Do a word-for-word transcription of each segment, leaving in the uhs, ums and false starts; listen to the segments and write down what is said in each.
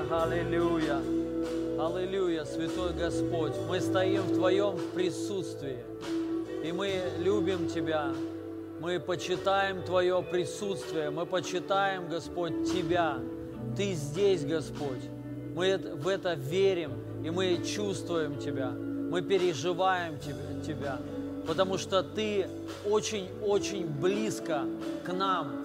аллилуйя, аллилуйя, Святой Господь. Мы стоим в Твоем присутствии, и мы любим Тебя, мы почитаем Твое присутствие, мы почитаем, Господь, Тебя. Ты здесь, Господь. Мы в это верим, и мы чувствуем Тебя, мы переживаем Тебя, потому что Ты очень-очень близко к нам.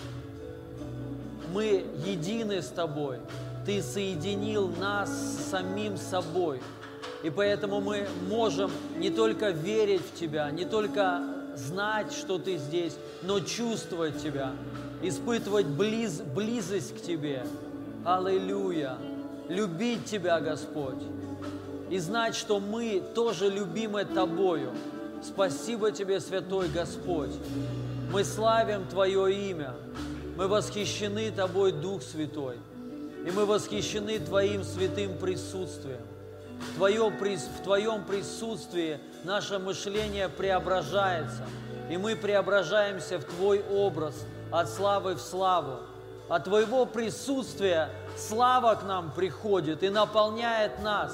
Мы едины с Тобой. Ты соединил нас с самим собой. И поэтому мы можем не только верить в Тебя, не только знать, что Ты здесь, но чувствовать Тебя, испытывать близ, близость к Тебе. Аллилуйя! Любить Тебя, Господь, и знать, что мы тоже любимы Тобою. Спасибо Тебе, Святой Господь. Мы славим Твое имя. Мы восхищены Тобой, Дух Святой. И мы восхищены Твоим святым присутствием. Твое, в Твоем присутствии наше мышление преображается. И мы преображаемся в Твой образ от славы в славу. От Твоего присутствия слава к нам приходит и наполняет нас.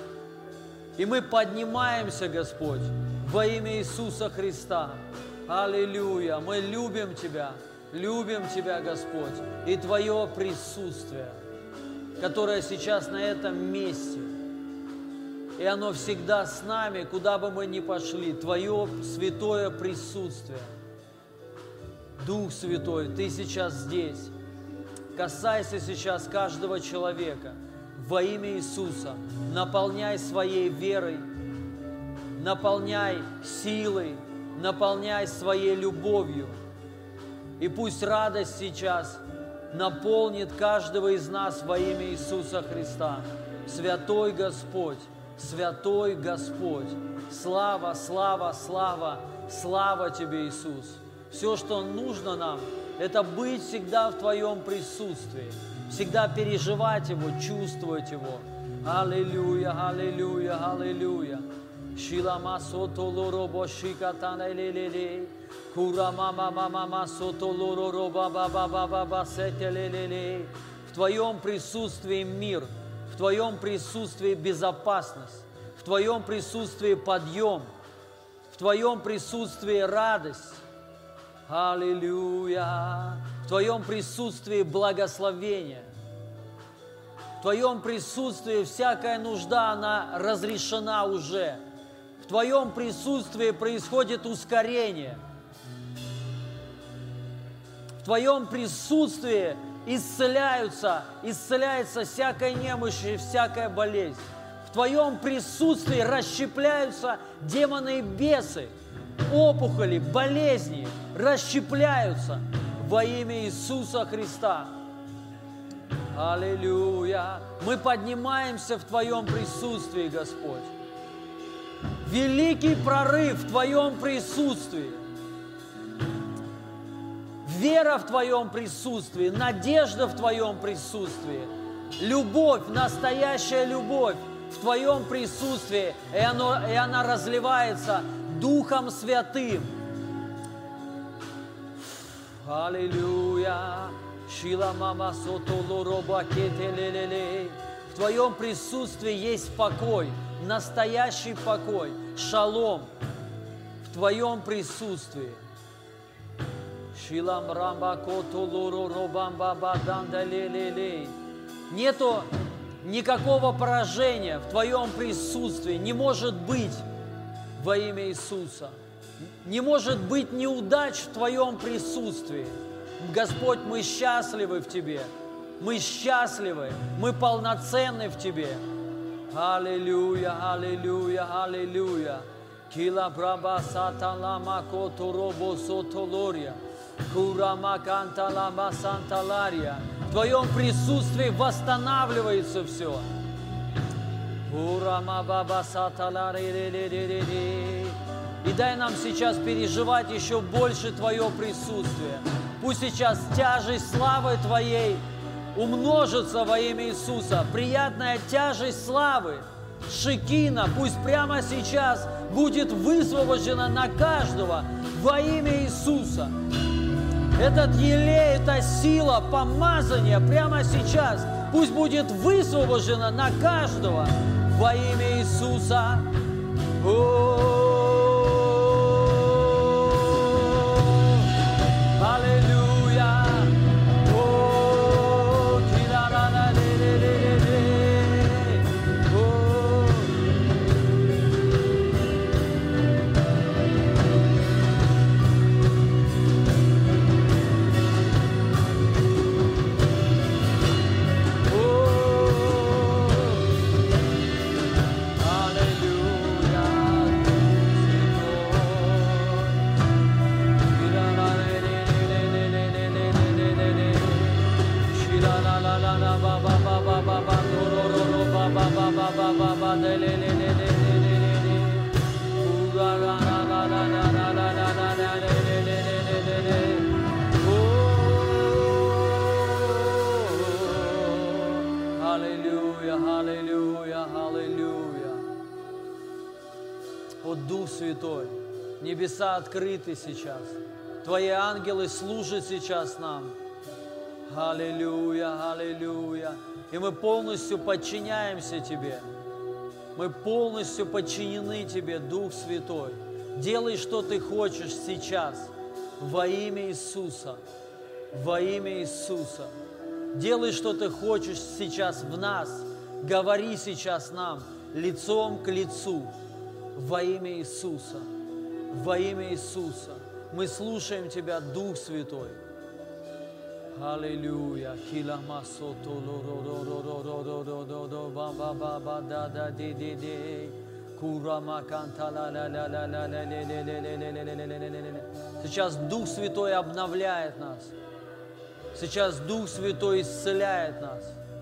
И мы поднимаемся, Господь, во имя Иисуса Христа. Аллилуйя! Мы любим Тебя, любим Тебя, Господь, и Твое присутствие, которое сейчас на этом месте. И оно всегда с нами, куда бы мы ни пошли. Твое святое присутствие. Дух Святой, Ты сейчас здесь. Касайся сейчас каждого человека во имя Иисуса. Наполняй своей верой, наполняй силой, наполняй своей любовью. И пусть радость сейчас наполнит каждого из нас во имя Иисуса Христа. Святой Господь, Святой Господь, слава, слава, слава, слава Тебе, Иисус. Все, что нужно нам, это быть всегда в Твоем присутствии, всегда переживать Его, чувствовать Его. Аллилуйя, аллилуйя, аллилуйя. Шилама сотолоробо шикатанелелеле, курамама мама сотолороба баба баба сетелелеле. В Твоем присутствии мир, в Твоем присутствии безопасность, в Твоем присутствии подъем, в Твоем присутствии радость. Аллилуйя! В Твоем присутствии благословение. В Твоем присутствии всякая нужда, она разрешена уже. В Твоем присутствии происходит ускорение. В Твоем присутствии исцеляются, исцеляется всякая немощь и всякая болезнь. В Твоем присутствии расщепляются демоны и бесы, опухоли, болезни расщепляются во имя Иисуса Христа. Аллилуйя! Мы поднимаемся в Твоем присутствии, Господь. Великий прорыв в Твоем присутствии. Вера в Твоем присутствии, надежда в Твоем присутствии, любовь, настоящая любовь в Твоем присутствии, и, оно, и она разливается Духом Святым. Аллилуйя! В Твоем присутствии есть покой, настоящий покой, шалом в Твоем присутствии. Нету никакого поражения в Твоем присутствии, не может быть во имя Иисуса. Не может быть неудач в Твоем присутствии. Господь, мы счастливы в Тебе. Мы счастливы, мы полноценны в Тебе. Аллилуйя, аллилуйя, аллилуйя. Кила браба саталама которобо сотолория. Курама канталама санталария. В Твоем присутствии восстанавливается все. Курама баба саталари. И дай нам сейчас переживать еще больше Твое присутствие. Пусть сейчас тяжесть славы Твоей умножится во имя Иисуса. Приятная тяжесть славы, шекина, пусть прямо сейчас будет высвобождена на каждого во имя Иисуса. Этот елей, эта сила, помазание прямо сейчас пусть будет высвобождено на каждого во имя Иисуса. Аллилуйя. О, Дух Святой, небеса открыты сейчас. Твои ангелы служат сейчас нам. Аллилуйя, аллилуйя. И мы полностью подчиняемся Тебе. Мы полностью подчинены Тебе, Дух Святой. Делай, что Ты хочешь сейчас, во имя Иисуса. Во имя Иисуса. Делай, что Ты хочешь сейчас в нас. Говори сейчас нам, лицом к лицу. Во имя Иисуса. Во имя Иисуса. Мы слушаем Тебя, Дух Святой. Аллилуйя. Сейчас Дух Святой обновляет нас. Сейчас Дух Святой исцеляет нас.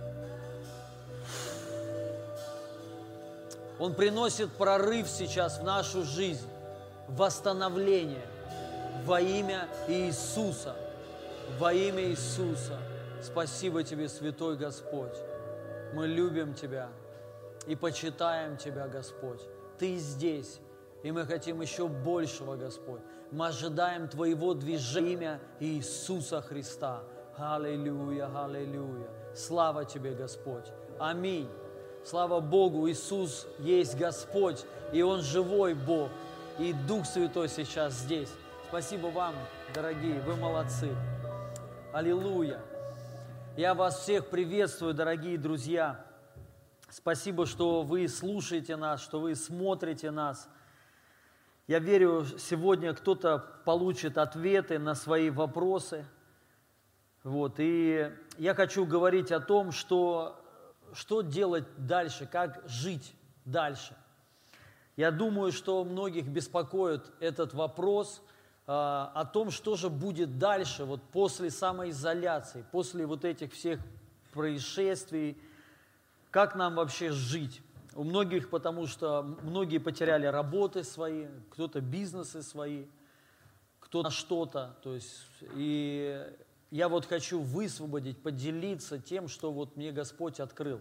Он приносит прорыв сейчас в нашу жизнь, восстановление во имя Иисуса. Во имя Иисуса. Спасибо Тебе, Святой Господь. Мы любим Тебя и почитаем Тебя, Господь. Ты здесь, и мы хотим еще большего, Господь. Мы ожидаем Твоего движения Иисуса Христа. Аллилуйя, аллилуйя. Слава Тебе, Господь. Аминь. Слава Богу, Иисус есть Господь, и Он живой Бог, и Дух Святой сейчас здесь. Спасибо вам, дорогие, вы молодцы. Аллилуйя. Я вас всех приветствую, дорогие друзья. Спасибо, что вы слушаете нас, что вы смотрите нас. Я верю, сегодня кто-то получит ответы на свои вопросы. Вот. И я хочу говорить о том, что... Что делать дальше, как жить дальше? Я думаю, что многих беспокоит этот вопрос э, о том, что же будет дальше, вот после самоизоляции, после вот этих всех происшествий, как нам вообще жить? У многих, потому что многие потеряли работы свои, кто-то бизнесы свои, кто-то что-то, то есть, и я вот хочу высвободить, поделиться тем, что вот мне Господь открыл.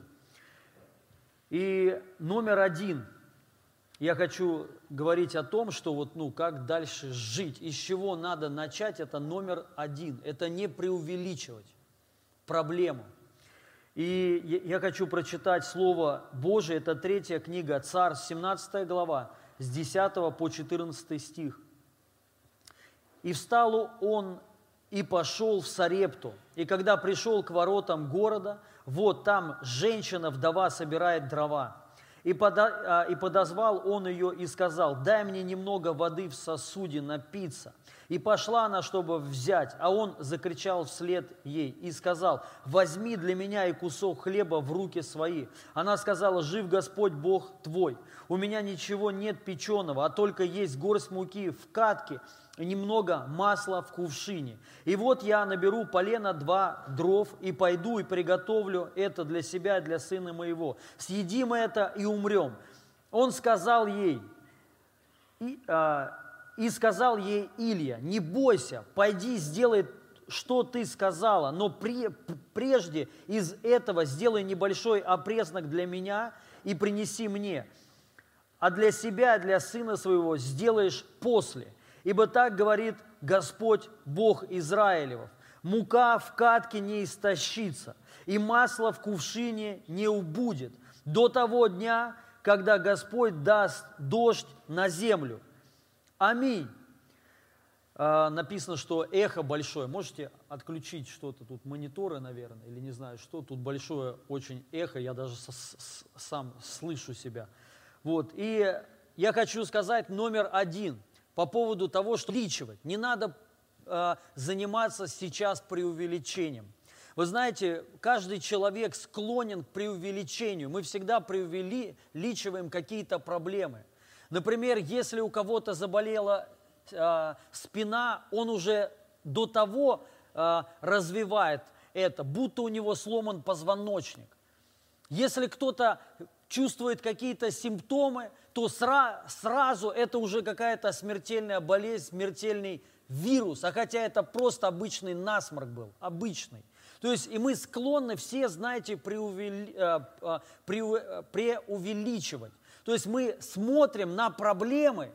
И номер один, я хочу говорить о том, что вот, ну, как дальше жить, из чего надо начать, это номер один. Это не преувеличивать проблему. И я хочу прочитать Слово Божие, это третья книга Царств, семнадцатая глава, с десятого по четырнадцатый стих. «И встал он и пошел в Сарепту. И когда пришел к воротам города, вот там женщина-вдова собирает дрова. И, пода, и подозвал он ее и сказал: дай мне немного воды в сосуде напиться. И пошла она, чтобы взять, а он закричал вслед ей и сказал: возьми для меня и кусок хлеба в руки свои. Она сказала: жив Господь Бог твой, у меня ничего нет печеного, а только есть горсть муки в катке и немного масла в кувшине. И вот я наберу полено два дров и пойду и приготовлю это для себя и для сына моего. Съедим это и умрем. Он сказал ей, и, а, и сказал ей Илия: не бойся, пойди сделай, что ты сказала, но при, прежде из этого сделай небольшой опреснок для меня и принеси мне, а для себя, для сына своего сделаешь после. Ибо так говорит Господь, Бог Израилев: Мука в катке не истощится, и масло в кувшине не убудет до того дня, когда Господь даст дождь на землю. Аминь. А, написано, что эхо большое. Можете отключить что-то тут, мониторы, наверное, или не знаю что. Тут большое очень эхо, я даже с, с, сам слышу себя. Вот. И я хочу сказать номер один по поводу того, что увеличивать. Не надо а, заниматься сейчас преувеличением. Вы знаете, каждый человек склонен к преувеличению. Мы всегда преувеличиваем какие-то проблемы. Например, если у кого-то заболела э, спина, он уже до того э, развивает это, будто у него сломан позвоночник. Если кто-то чувствует какие-то симптомы, то сра- сразу это уже какая-то смертельная болезнь, смертельный вирус. А хотя это просто обычный насморк был, обычный. То есть и мы склонны все, знаете, преувели, э, э, преу, преувеличивать. То есть мы смотрим на проблемы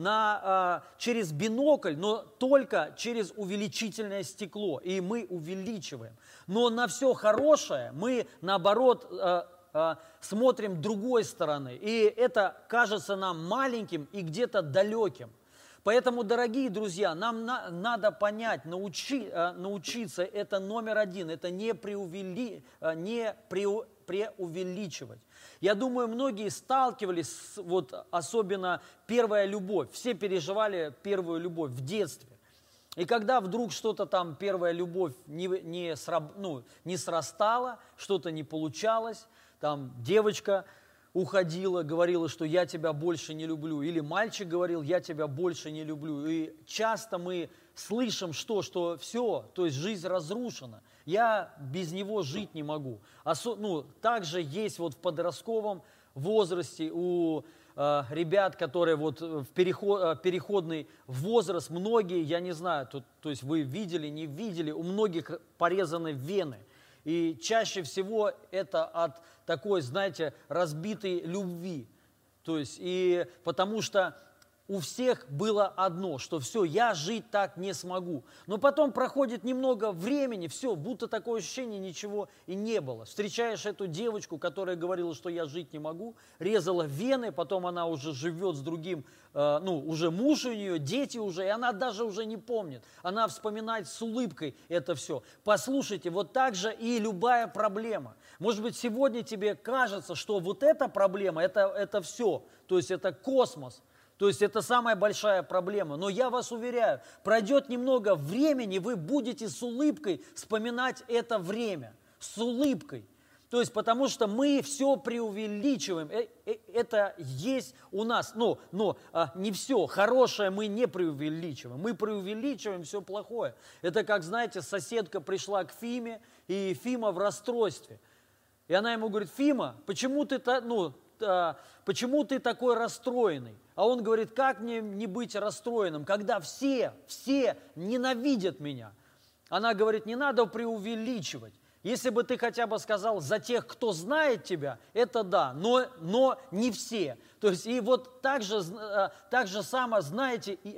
на, э, через бинокль, но только через увеличительное стекло. И мы увеличиваем. Но на все хорошее мы, наоборот, э, э, смотрим другой стороны. И это кажется нам маленьким и где-то далеким. Поэтому, дорогие друзья, нам на, надо понять, научи, э, научиться, это номер один, это не, преувели, э, не преу, преувеличивать. Я думаю, многие сталкивались, с, вот, особенно первая любовь, все переживали первую любовь в детстве. И когда вдруг что-то там, первая любовь не, не, сраб, ну, не срастала, что-то не получалось, там девочка уходила, говорила, что я тебя больше не люблю. Или мальчик говорил, я тебя больше не люблю. И часто мы слышим, что, что все, то есть жизнь разрушена. Я без него жить не могу. Осо, ну, также есть вот в подростковом возрасте у э, ребят, которые вот в переход, э, переходный возраст, многие, я не знаю, то, то есть вы видели, не видели, у многих порезаны вены. И чаще всего это от такой, знаете, разбитой любви. То есть, и потому что у всех было одно, что все, я жить так не смогу. Но потом проходит немного времени, все, будто такое ощущение, ничего и не было. Встречаешь эту девочку, которая говорила, что я жить не могу, резала вены, потом она уже живет с другим, э, ну, уже муж у нее, дети уже, и она даже уже не помнит. Она вспоминает с улыбкой это все. Послушайте, вот так же и любая проблема. Может быть, сегодня тебе кажется, что вот эта проблема, это, это все, то есть это космос. То есть это самая большая проблема. Но я вас уверяю, пройдет немного времени, вы будете с улыбкой вспоминать это время. С улыбкой. То есть потому что мы все преувеличиваем. Это есть у нас. Но, но не все. Хорошее мы не преувеличиваем. Мы преувеличиваем все плохое. Это как, знаете, соседка пришла к Фиме, и Фима в расстройстве. И она ему говорит, Фима, почему ты, ну, почему ты такой расстроенный? А он говорит, как мне не быть расстроенным, когда все, все ненавидят меня? Она говорит, не надо преувеличивать. Если бы ты хотя бы сказал за тех, кто знает тебя, это да, но, но не все. То есть и вот так же, так же само, знаете, и,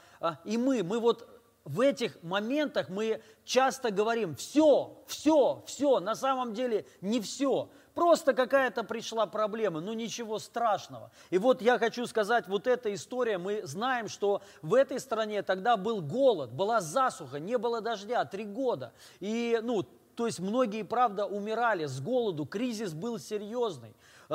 и мы, мы вот в этих моментах мы часто говорим, все, все, все, на самом деле не все. Просто какая-то пришла проблема, ну ничего страшного. И вот я хочу сказать, вот эта история, мы знаем, что в этой стране тогда был голод, была засуха, не было дождя, три года. И, ну, то есть многие, правда, умирали с голоду, кризис был серьезный.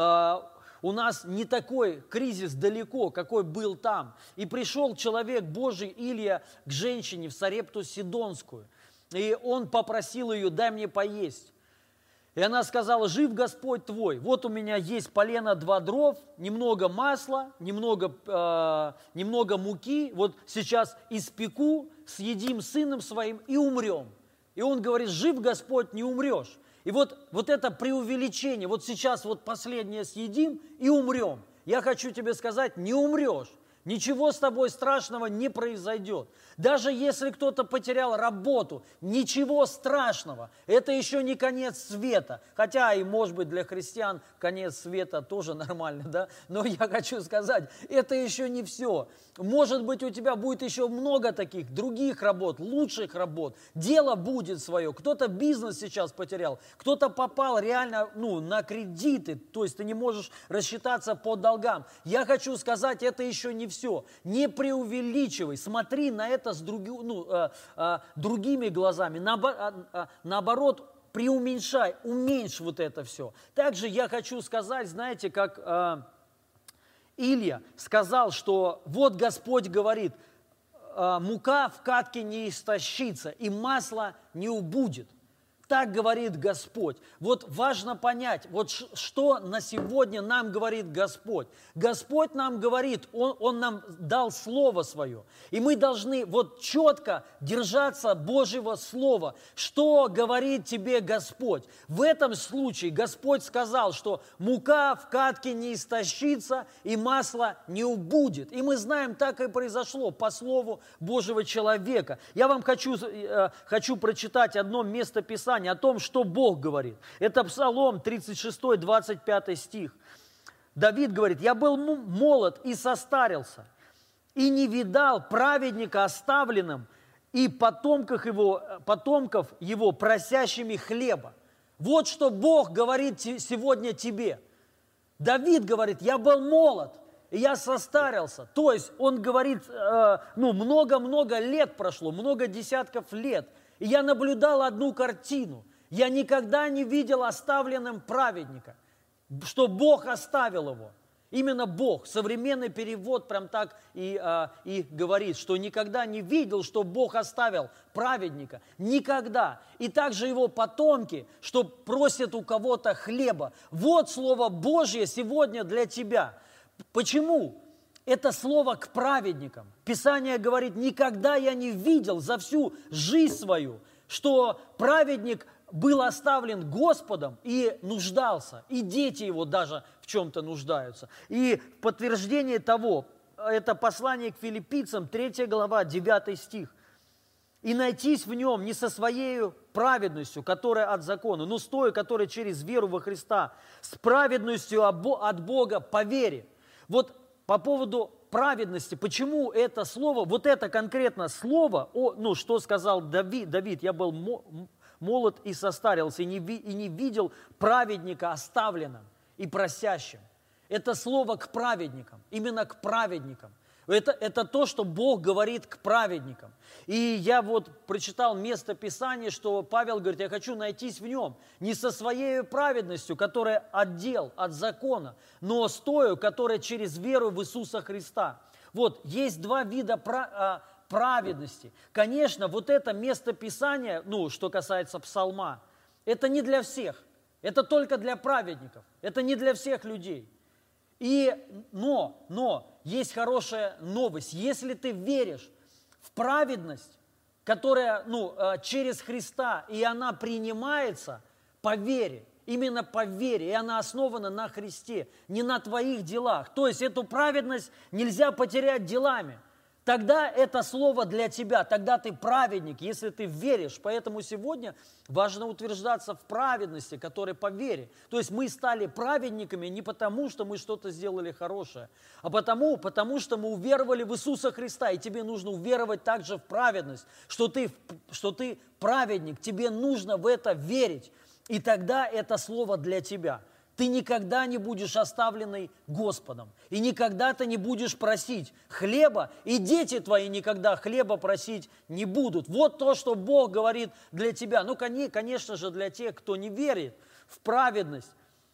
У нас не такой кризис далеко, какой был там. И пришел человек Божий Илия к женщине в Сарепту Сидонскую, и он попросил ее, дай мне поесть. И она сказала, жив Господь твой, вот у меня есть полено, два дров, немного масла, немного, э, немного муки, вот сейчас испеку, съедим сыном своим и умрем. И он говорит, жив Господь, не умрешь. И вот, вот это преувеличение, вот сейчас вот последнее съедим и умрем. Я хочу тебе сказать, не умрешь. Ничего с тобой страшного не произойдет. Даже если кто-то потерял работу, ничего страшного. Это еще не конец света. Хотя и, может быть, для христиан конец света тоже нормально, да? Но я хочу сказать, это еще не все. Может быть, у тебя будет еще много таких других работ, лучших работ. Дело будет свое. Кто-то бизнес сейчас потерял, кто-то попал реально ну, на кредиты, то есть ты не можешь рассчитаться по долгам. Я хочу сказать, это еще не все. Не преувеличивай, смотри на это с други, ну, э, э, другими глазами. Наоборот, э, наоборот, преуменьшай, уменьшь вот это все. Также я хочу сказать, знаете, как э, Илья сказал, что вот Господь говорит, э, мука в катке не истощится, и масло не убудет. Так говорит Господь. Вот важно понять, вот что на сегодня нам говорит Господь. Господь нам говорит, Он, Он нам дал Слово Свое. И мы должны вот четко держаться Божьего Слова. Что говорит тебе Господь? В этом случае Господь сказал, что мука в катке не истощится и масло не убудет. И мы знаем, так и произошло по Слову Божьего человека. Я вам хочу, э, хочу прочитать одно место Писания о том, что Бог говорит. Это Псалом тридцать шесть, двадцать пятый стих. Давид говорит, «Я был молод и состарился, и не видал праведника оставленным, и потомков его, потомков его просящими хлеба». Вот что Бог говорит сегодня тебе. Давид говорит, «Я был молод, и я состарился». То есть он говорит, э, ну, много-много лет прошло, много десятков лет, и я наблюдал одну картину. Я никогда не видел оставленным праведника, что Бог оставил его. Именно Бог. Современный перевод прям так и, а, и говорит, что никогда не видел, что Бог оставил праведника. Никогда. И также его потомки, что просят у кого-то хлеба. Вот Слово Божье сегодня для тебя. Почему? Это слово к праведникам. Писание говорит, никогда я не видел за всю жизнь свою, что праведник был оставлен Господом и нуждался, и дети его даже в чем-то нуждаются. И в подтверждение того, это послание к филиппийцам, третья глава, девятый стих. «И найтись в нем не со своей праведностью, которая от закона, но с той, которая через веру во Христа, с праведностью от Бога по вере». Вот по поводу праведности, почему это слово, вот это конкретно слово, о, ну, что сказал Давид, Давид, я был молод и состарился, и не, и не видел праведника оставленным и просящим. Это слово к праведникам, именно к праведникам. Это, это то, что Бог говорит к праведникам. И я вот прочитал место Писания, что Павел говорит, я хочу найтись в нем, не со своей праведностью, которая от дел, от закона, но с той, которая через веру в Иисуса Христа. Вот, есть два вида праведности. Конечно, вот это место Писания, ну, что касается псалма, это не для всех, это только для праведников, это не для всех людей. И, но, но, есть хорошая новость. Если ты веришь в праведность, которая ну, через Христа, и она принимается по вере, именно по вере, и она основана на Христе, не на твоих делах. То есть эту праведность нельзя потерять делами. Тогда это слово для тебя, тогда ты праведник, если ты веришь. Поэтому сегодня важно утверждаться в праведности, которая по вере. То есть мы стали праведниками не потому, что мы что-то сделали хорошее, а потому, потому что мы уверовали в Иисуса Христа. И тебе нужно уверовать также в праведность, что ты, что ты праведник, тебе нужно в это верить. И тогда это слово для тебя. Ты никогда не будешь оставленный Господом. И никогда ты не будешь просить хлеба, и дети твои никогда хлеба просить не будут. Вот то, что Бог говорит для тебя. Ну, конечно же, для тех, кто не верит в праведность,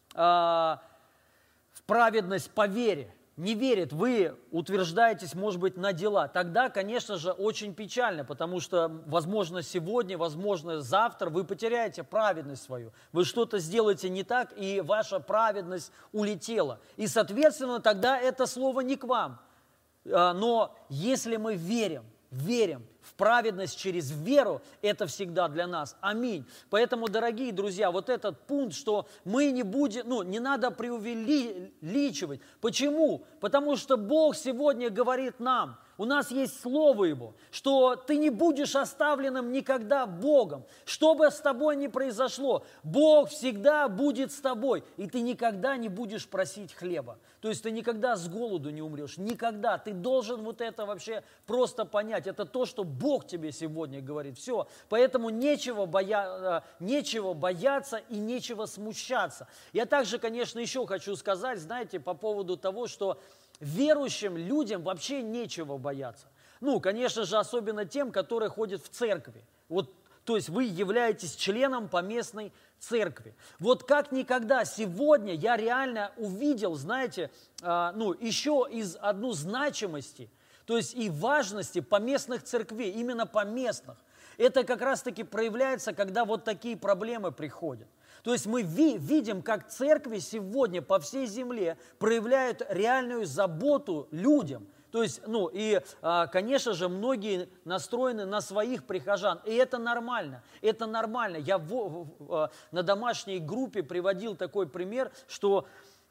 в праведность по вере. Не верит, вы утверждаетесь, может быть, на дела. Тогда, конечно же, очень печально, потому что, возможно, сегодня, возможно, завтра вы потеряете праведность свою. Вы что-то сделаете не так, и ваша праведность улетела. И, соответственно, тогда это слово не к вам. Но если мы верим, верим в праведность через веру, это всегда для нас. Аминь. Поэтому, дорогие друзья, вот этот пункт, что мы не будем, ну, не надо преувеличивать. Почему? Потому что Бог сегодня говорит нам, у нас есть Слово Его, что ты не будешь оставленным никогда Богом. Что бы с тобой ни произошло, Бог всегда будет с тобой, и ты никогда не будешь просить хлеба. То есть ты никогда с голоду не умрешь, никогда. Ты должен вот это вообще просто понять. Это то, что Бог тебе сегодня говорит. Все, поэтому нечего, боя... нечего бояться и нечего смущаться. Я также, конечно, еще хочу сказать, знаете, по поводу того, что верующим людям вообще нечего бояться. Ну, конечно же, особенно тем, которые ходят в церкви. Вот, то есть вы являетесь членом поместной церкви. Вот как никогда сегодня я реально увидел, знаете, а, ну, еще из одну значимости, то есть и важности поместных церквей, именно поместных. Это как раз-таки проявляется, когда вот такие проблемы приходят. То есть мы ви- видим, как церкви сегодня по всей земле проявляют реальную заботу людям. То есть, ну и, а, конечно же, многие настроены на своих прихожан. И это нормально, это нормально. Я в, в, на домашней группе приводил такой пример, что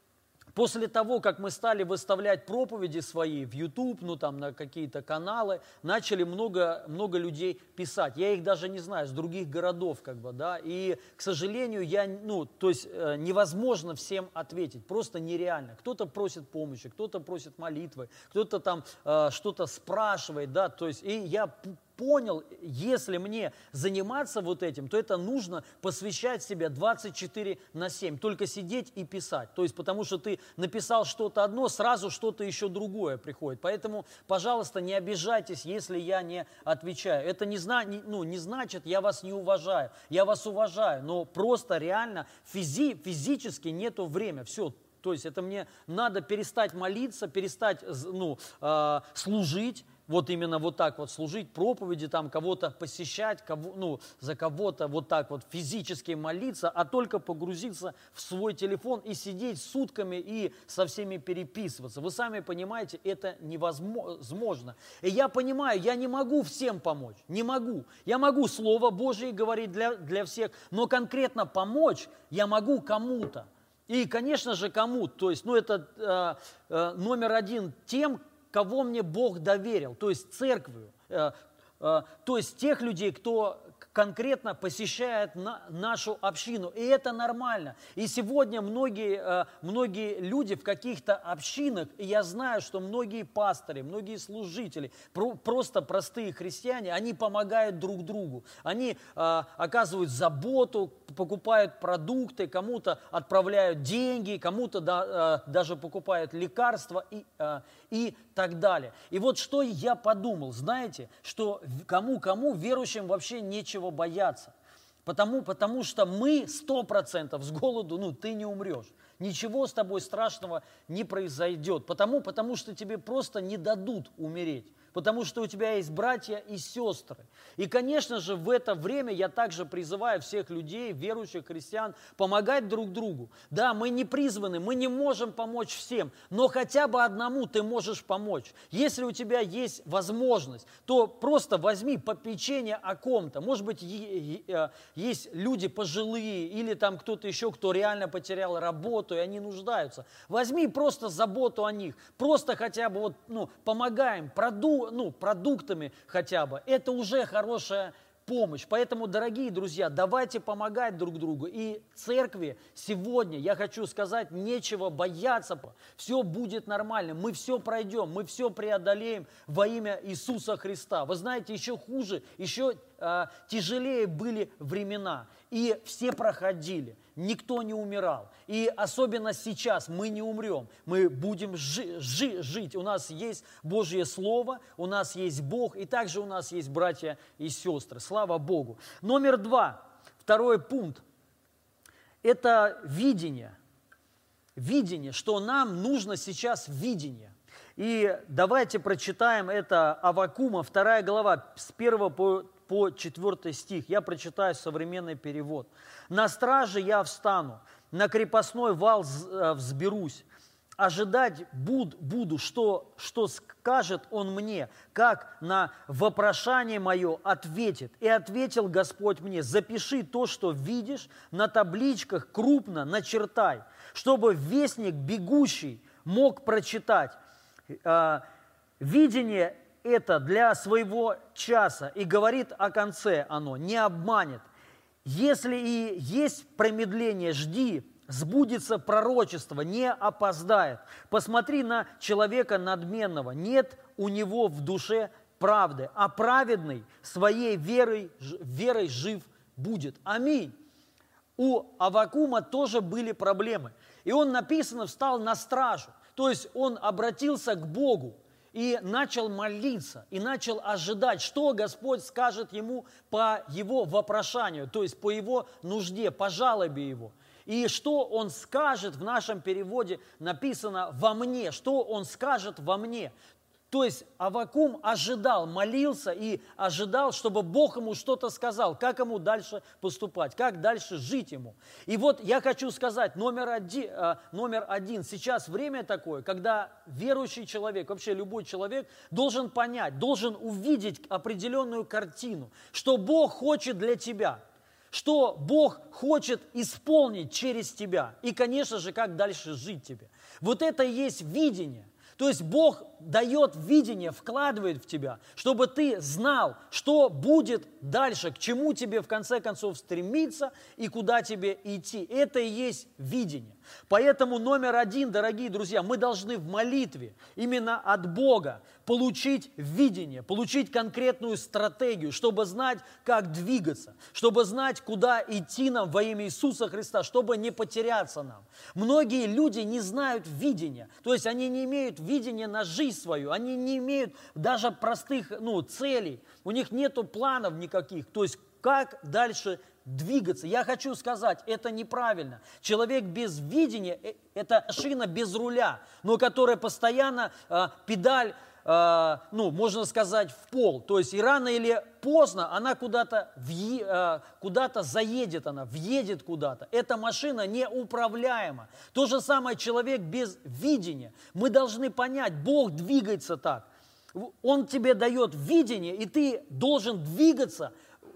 после того, как мы стали выставлять проповеди свои в YouTube, ну там на какие-то каналы, начали много, много людей писать. Я их даже не знаю, с других городов, как бы, да. И, к сожалению, я, ну, то есть э, невозможно всем ответить, просто нереально. Кто-то просит помощи, кто-то просит молитвы, кто-то там э, что-то спрашивает, да. То есть, и я понял, если мне заниматься вот этим, то это нужно посвящать себя двадцать четыре на семь, только сидеть и писать. То есть, потому что ты написал что-то одно, сразу что-то еще другое приходит. Поэтому, пожалуйста, не обижайтесь, если я не отвечаю. Это не, зна, не, ну, не значит, я вас не уважаю. Я вас уважаю, но просто реально физи, физически нету времени. Все. То есть, это мне надо перестать молиться, перестать ну, э, служить. Вот именно вот так вот служить, проповеди, там кого-то посещать, кого, ну, за кого-то вот так вот физически молиться, а только погрузиться в свой телефон и сидеть сутками и со всеми переписываться. Вы сами понимаете, это невозможно. И я понимаю, я не могу всем помочь, не могу. Я могу Слово Божие говорить для, для всех, но конкретно помочь я могу кому-то. И, конечно же, кому. То есть, ну, это э, э, номер один тем, кого мне Бог доверил, то есть церковью, э, э, то есть тех людей, кто конкретно посещает на, нашу общину, и это нормально. И сегодня многие, э, многие люди в каких-то общинах, и я знаю, что многие пасторы, многие служители, про, просто простые христиане, они помогают друг другу, они э, оказывают заботу, покупают продукты, кому-то отправляют деньги, кому-то да, э, даже покупают лекарства и, э, и так далее. И вот что я подумал, знаете, что кому-кому верующим вообще нечего бояться. Потому, потому что мы сто процентов с голоду, ну, ты не умрешь. Ничего с тобой страшного не произойдет. Потому, потому что тебе просто не дадут умереть. Потому что у тебя есть братья и сестры. И, конечно же, в это время я также призываю всех людей, верующих христиан, помогать друг другу. Да, мы не призваны, мы не можем помочь всем, но хотя бы одному ты можешь помочь. Если у тебя есть возможность, то просто возьми попечение о ком-то. Может быть, есть люди пожилые или там кто-то еще, кто реально потерял работу, и они нуждаются. Возьми просто заботу о них. Просто хотя бы вот, ну, помогаем, проду ну, продуктами хотя бы, это уже хорошая помощь. Поэтому, дорогие друзья, давайте помогать друг другу. И церкви сегодня, я хочу сказать, нечего бояться. Все будет нормально, мы все пройдем, мы все преодолеем во имя Иисуса Христа. Вы знаете, еще хуже, еще э, тяжелее были времена. И все проходили, никто не умирал. И особенно сейчас мы не умрем, мы будем жи- жи- жить. У нас есть Божье Слово, у нас есть Бог, и также у нас есть братья и сестры. Слава Богу. Номер два, второй пункт, это видение. Видение, что нам нужно сейчас видение. И давайте прочитаем это Аввакума, вторая глава, с первого по по четвёртый стих. Я прочитаю современный перевод. «На страже я встану, на крепостной вал взберусь, ожидать буд, буду, что, что скажет он мне, как на вопрошание мое ответит. И ответил Господь мне: запиши то, что видишь, на табличках крупно начертай, чтобы вестник бегущий мог прочитать. Видение это для своего часа, и говорит о конце оно, не обманет. Если и есть промедление, жди, сбудется пророчество, не опоздает. Посмотри на человека надменного, нет у него в душе правды, а праведный своей верой, верой жив будет. Аминь. У Аввакума тоже были проблемы. И он, написано, встал на стражу. То есть он обратился к Богу и начал молиться, и начал ожидать, что Господь скажет ему по его вопрошанию, то есть по его нужде, по жалобе его. И что он скажет, в нашем переводе написано «во мне», что он скажет «во мне». То есть Аввакум ожидал, молился и ожидал, чтобы Бог ему что-то сказал, как ему дальше поступать, как дальше жить ему. И вот я хочу сказать, номер один, номер один, сейчас время такое, когда верующий человек, вообще любой человек, должен понять, должен увидеть определенную картину, что Бог хочет для тебя, что Бог хочет исполнить через тебя и, конечно же, как дальше жить тебе. Вот это и есть видение. То есть Бог дает видение, вкладывает в тебя, чтобы ты знал, что будет дальше, к чему тебе в конце концов стремиться и куда тебе идти. Это и есть видение. Поэтому номер один, дорогие друзья, мы должны в молитве именно от Бога получить видение, получить конкретную стратегию, чтобы знать, как двигаться, чтобы знать, куда идти нам во имя Иисуса Христа, чтобы не потеряться нам. Многие люди не знают видения, то есть они не имеют видения на жизнь свою, они не имеют даже простых ну, целей, у них нету планов никаких, то есть как дальше двигаться. Я хочу сказать, это неправильно. Человек без видения – это машина без руля, но которая постоянно э, педаль, э, ну, можно сказать, в пол. То есть и рано или поздно она куда-то э, куда-то заедет, она въедет куда-то. Эта машина неуправляема. То же самое человек без видения. Мы должны понять, Бог двигается так. Он тебе дает видение, и ты должен двигаться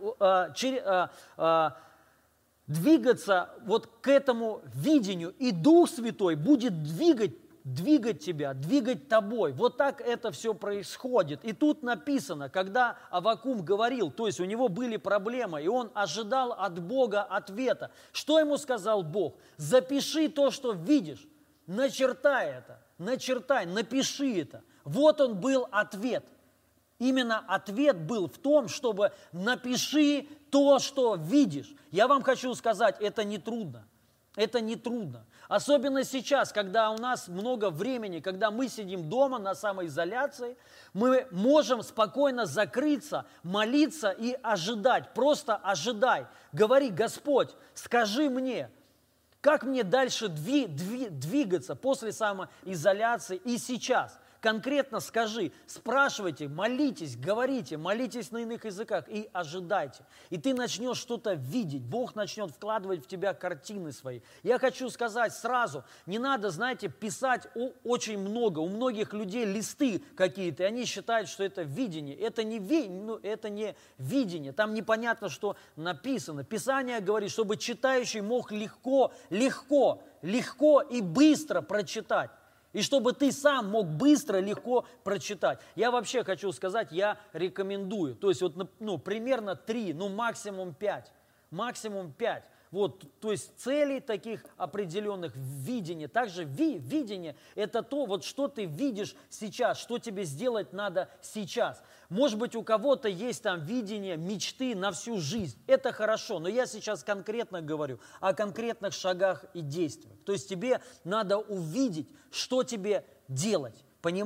двигаться вот к этому видению, и Дух Святой будет двигать, двигать тебя, двигать тобой. Вот так это все происходит. И тут написано, когда Аввакум говорил, то есть у него были проблемы, и он ожидал от Бога ответа. Что ему сказал Бог? Запиши то, что видишь, начертай это, начертай, напиши это. Вот он был ответ. Именно ответ был в том, чтобы напиши то, что видишь. Я вам хочу сказать, это не трудно. Это не трудно. Особенно сейчас, когда у нас много времени, когда мы сидим дома на самоизоляции, мы можем спокойно закрыться, молиться и ожидать. Просто ожидай. Говори: Господь, скажи мне, как мне дальше дви, дви, двигаться после самоизоляции и сейчас. Конкретно скажи, спрашивайте, молитесь, говорите, молитесь на иных языках и ожидайте. И ты начнешь что-то видеть, Бог начнет вкладывать в тебя картины свои. Я хочу сказать сразу, не надо, знаете, писать очень много. У многих людей листы какие-то, и они считают, что это видение. Это не, ви, ну, это не видение, там непонятно, что написано. Писание говорит, чтобы читающий мог легко, легко, легко и быстро прочитать. И чтобы ты сам мог быстро, легко прочитать. Я вообще хочу сказать, я рекомендую. То есть вот, ну, примерно три, ну максимум пять. Максимум пять. Вот, то есть целей таких определенных, видения. Также ви, видение – это то, вот, что ты видишь сейчас, что тебе сделать надо сейчас. Может быть, у кого-то есть там видение, мечты на всю жизнь. Это хорошо, но я сейчас конкретно говорю о конкретных шагах и действиях. То есть тебе надо увидеть, что тебе делать.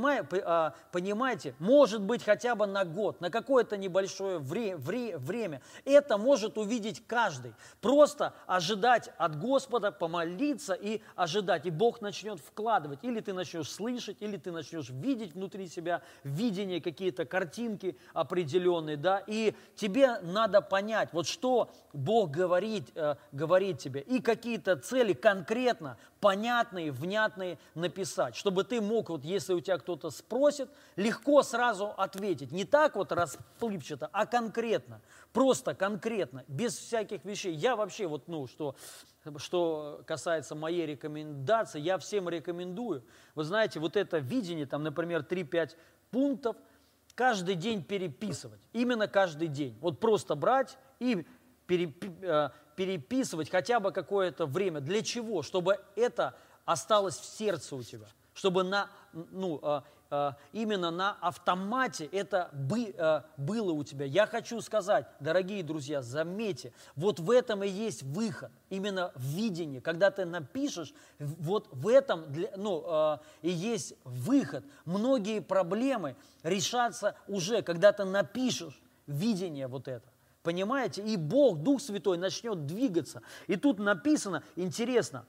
Понимаете? Может быть, хотя бы на год, на какое-то небольшое вре- вре- время. Это может увидеть каждый. Просто ожидать от Господа, помолиться и ожидать. И Бог начнет вкладывать. Или ты начнешь слышать, или ты начнешь видеть внутри себя видение, какие-то картинки определенные. Да? И тебе надо понять, вот что Бог говорит, э, говорит тебе. И какие-то цели конкретно понятные, внятные написать, чтобы ты мог, вот если у тебя кто-то спросит, легко сразу ответить. Не так вот расплывчато, а конкретно, просто конкретно, без всяких вещей. Я вообще, вот, ну, что, что касается моей рекомендации, я всем рекомендую, вы знаете, вот это видение, там, например, три-пять пунктов, каждый день переписывать, именно каждый день. Вот просто брать и переписывать хотя бы какое-то время. Для чего? Чтобы это осталось в сердце у тебя. Чтобы на, ну, именно на автомате это было у тебя. Я хочу сказать, дорогие друзья, заметьте, вот в этом и есть выход. Именно в видении. Когда ты напишешь, вот в этом ну, и есть выход. Многие проблемы решатся уже, когда ты напишешь видение вот это. Понимаете? И Бог, Дух Святой начнет двигаться. И тут написано, интересно,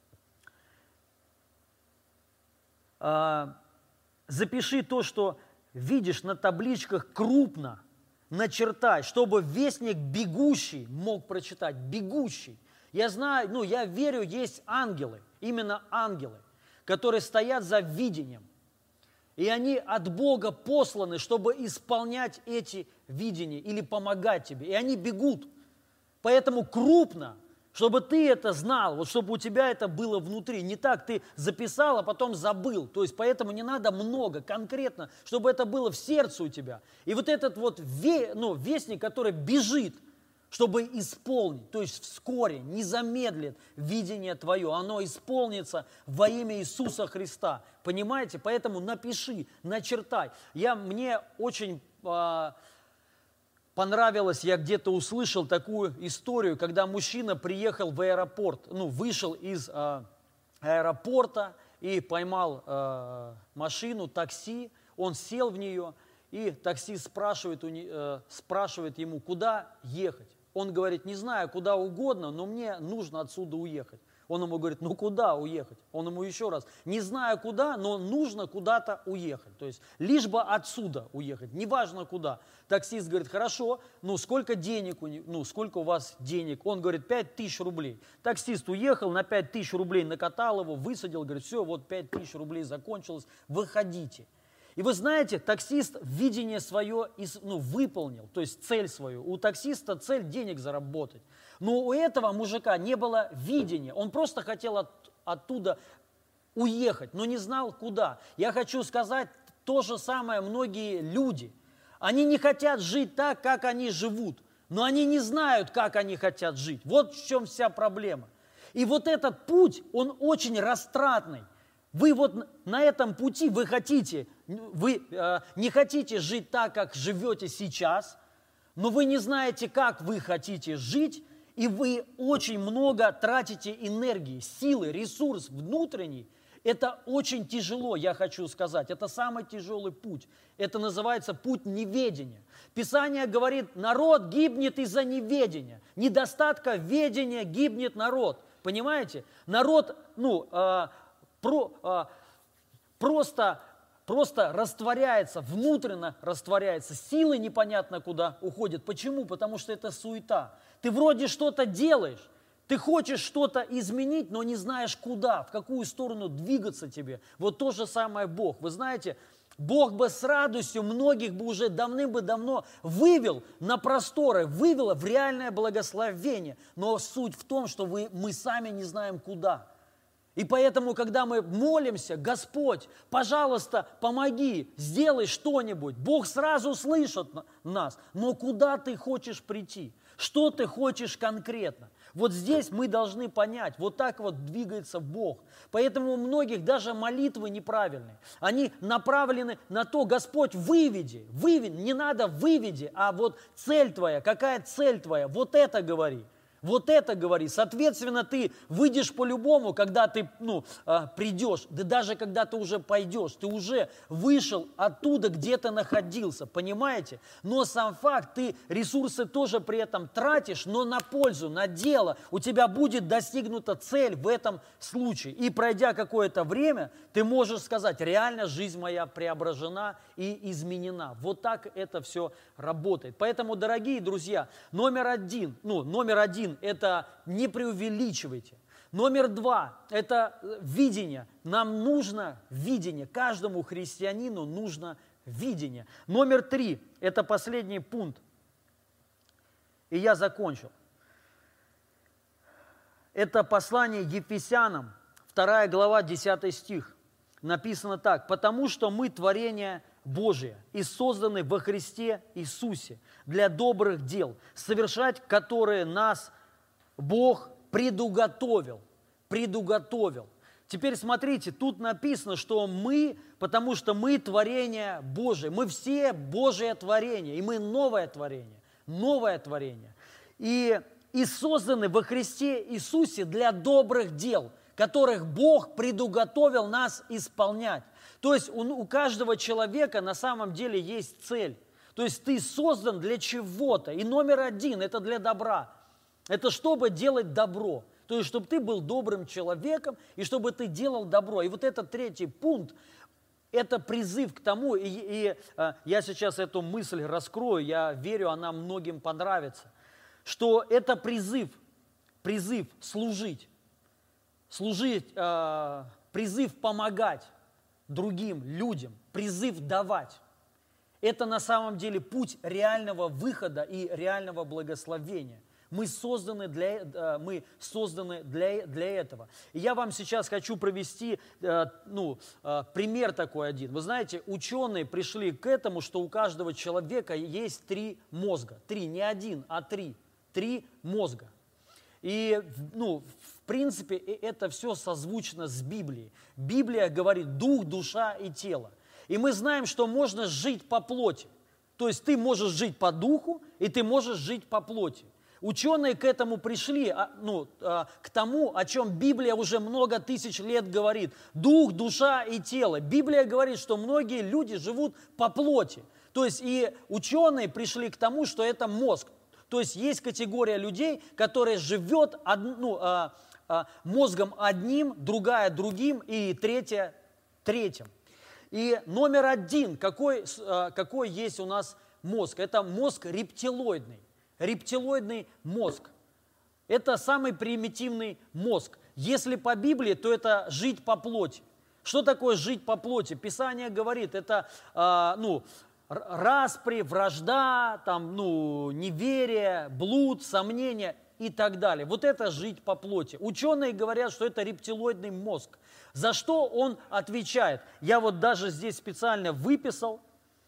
э, запиши то, что видишь на табличках крупно, начертай, чтобы вестник бегущий мог прочитать. Бегущий. Я знаю, ну, я верю, есть ангелы, именно ангелы, которые стоят за видением. И они от Бога посланы, чтобы исполнять эти видения или помогать тебе. И они бегут. Поэтому крупно, чтобы ты это знал, вот чтобы у тебя это было внутри. Не так ты записал, а потом забыл. То есть поэтому не надо много, конкретно, чтобы это было в сердце у тебя. И вот этот вот ве, ну, вестник, который бежит, чтобы исполнить, то есть вскоре, не замедлит видение твое, оно исполнится во имя Иисуса Христа. Понимаете? Поэтому напиши, начертай. Я, мне очень э, понравилось, я где-то услышал такую историю, когда мужчина приехал в аэропорт, ну, вышел из э, аэропорта и поймал э, машину, такси, он сел в нее, и таксист спрашивает, у, э, спрашивает ему, куда ехать. Он говорит, не знаю, куда угодно, но мне нужно отсюда уехать. Он ему говорит, ну куда уехать? Он ему еще раз, не знаю куда, но нужно куда-то уехать. То есть лишь бы отсюда уехать, неважно куда. Таксист говорит, хорошо, ну сколько денег, ну сколько у вас денег? Он говорит, пять тысяч рублей. Таксист уехал, на пять тысяч рублей накатал его, высадил, говорит, все, вот пять тысяч рублей закончилось, выходите. И вы знаете, таксист видение свое ну, выполнил, то есть цель свою. У таксиста цель денег заработать. Но у этого мужика не было видения. Он просто хотел от, оттуда уехать, но не знал куда. Я хочу сказать, то же самое многие люди. Они не хотят жить так, как они живут, но они не знают, как они хотят жить. Вот в чем вся проблема. И вот этот путь, он очень растратный. Вы вот на этом пути, вы хотите, вы э, не хотите жить так, как живете сейчас, но вы не знаете, как вы хотите жить, и вы очень много тратите энергии, силы, ресурс внутренний. Это очень тяжело, я хочу сказать. Это самый тяжелый путь. Это называется путь неведения. Писание говорит, народ гибнет из-за неведения. Недостатка ведения гибнет народ. Понимаете? Народ, ну... Э, Про, а, просто, просто растворяется, внутренно растворяется, силы непонятно куда уходят. Почему? Потому что это суета. Ты вроде что-то делаешь, ты хочешь что-то изменить, но не знаешь куда, в какую сторону двигаться тебе. Вот то же самое Бог. Вы знаете, Бог бы с радостью многих бы уже давным-давно вывел на просторы, вывел в реальное благословение. Но суть в том, что вы, мы сами не знаем куда. И поэтому, когда мы молимся, Господь, пожалуйста, помоги, сделай что-нибудь. Бог сразу слышит нас. Но куда ты хочешь прийти? Что ты хочешь конкретно? Вот здесь мы должны понять, вот так вот двигается Бог. Поэтому у многих даже молитвы неправильные. Они направлены на то, Господь, выведи, выведи, не надо выведи, а вот цель твоя, какая цель твоя, вот это говори. Вот это говори. Соответственно, ты выйдешь по-любому, когда ты ну, придешь, да даже когда ты уже пойдешь, ты уже вышел оттуда, где ты находился, понимаете? Но сам факт, ты ресурсы тоже при этом тратишь, но на пользу, на дело. У тебя будет достигнута цель в этом случае. И пройдя какое-то время, ты можешь сказать, реально жизнь моя преображена и изменена. Вот так это все работает. Поэтому, дорогие друзья, номер один, ну, номер один, это не преувеличивайте. Номер два – это видение. Нам нужно видение. Каждому христианину нужно видение. Номер три – это последний пункт. И я закончил. Это послание Ефесянам, вторая глава, десятый стих. Написано так: «Потому что мы творение Божие и созданы во Христе Иисусе для добрых дел, совершать которые нас Бог предуготовил». Предуготовил. Теперь смотрите, тут написано, что мы, потому что мы творение Божие, мы все Божие творение, и мы новое творение, новое творение. И, и созданы во Христе Иисусе для добрых дел, которых Бог предуготовил нас исполнять. То есть у, у каждого человека на самом деле есть цель. То есть ты создан для чего-то. И номер один – это для добра. Это чтобы делать добро. То есть чтобы ты был добрым человеком и чтобы ты делал добро. И вот этот третий пункт – это призыв к тому, и, и э, я сейчас эту мысль раскрою, я верю, она многим понравится, что это призыв, призыв служить. Служить, э, призыв помогать другим людям, призыв давать. Это на самом деле путь реального выхода и реального благословения. Мы созданы для, э, мы созданы для, для этого. И я вам сейчас хочу провести э, ну, э, пример такой один. Вы знаете, ученые пришли к этому, что у каждого человека есть три мозга. Три, не один, а три. Три мозга. И, ну, в принципе, это все созвучно с Библией. Библия говорит дух, душа и тело. И мы знаем, что можно жить по плоти. То есть ты можешь жить по духу, и ты можешь жить по плоти. Ученые к этому пришли, ну, к тому, о чем Библия уже много тысяч лет говорит. Дух, душа и тело. Библия говорит, что многие люди живут по плоти. То есть и ученые пришли к тому, что это мозг. То есть есть категория людей, которая живет ну, а, а, мозгом одним, другая другим и третья третьим. И номер один, какой, а, какой есть у нас мозг? Это мозг рептилоидный. Рептилоидный мозг. Это самый примитивный мозг. Если по Библии, то это жить по плоти. Что такое жить по плоти? Писание говорит, это а, ну, распри, вражда, там, ну, неверие, блуд, сомнения и так далее. Вот это жить по плоти. Ученые говорят, что это рептилоидный мозг. За что он отвечает? Я вот даже здесь специально выписал.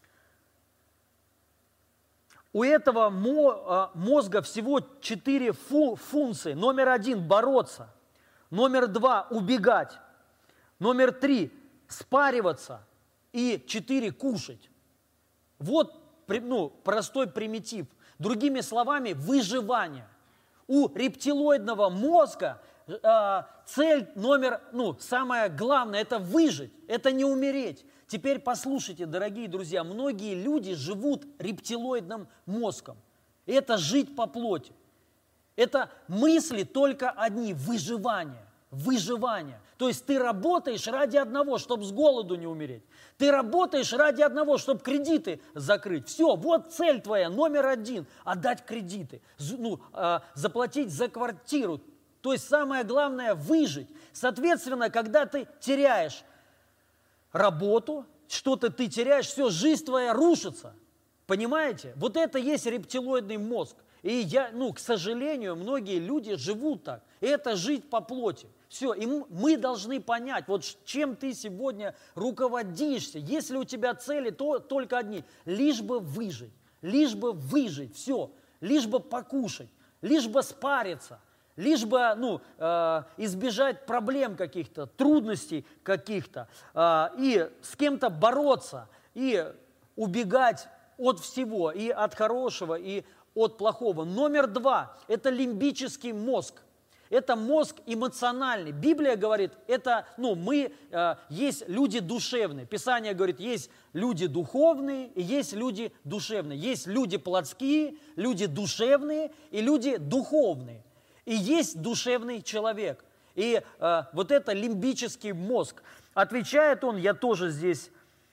У этого мозга всего четыре функции. Номер один – бороться. Номер два – убегать. Номер три – спариваться. И четыре – кушать. Вот ну, простой примитив. Другими словами, выживание. У рептилоидного мозга э, цель номер, ну, самое главное – это выжить, это не умереть. Теперь послушайте, дорогие друзья, многие люди живут рептилоидным мозгом. Это жить по плоти. Это мысли только одни – выживание. Выживание. То есть ты работаешь ради одного, чтобы с голоду не умереть. Ты работаешь ради одного, чтобы кредиты закрыть. Все, вот цель твоя, номер один – отдать кредиты, ну, э, заплатить за квартиру. То есть самое главное – выжить. Соответственно, когда ты теряешь работу, что-то ты теряешь, все, жизнь твоя рушится. Понимаете? Вот это есть рептилоидный мозг. И я, ну, к сожалению, многие люди живут так. И это жить по плоти. Все, и мы должны понять, вот чем ты сегодня руководишься. Если у тебя цели, то только одни. Лишь бы выжить, лишь бы выжить, все. Лишь бы покушать, лишь бы спариться, лишь бы ну, э, избежать проблем каких-то, трудностей каких-то. Э, и с кем-то бороться, и убегать от всего, и от хорошего, и от плохого. Номер два – это лимбический мозг. Это мозг эмоциональный. Библия говорит, это, ну, мы, э, есть люди душевные. Писание говорит, есть люди духовные и есть люди душевные. Есть люди плотские, люди душевные и люди духовные. И есть душевный человек. И э, вот это лимбический мозг. Отвечает он, я тоже здесь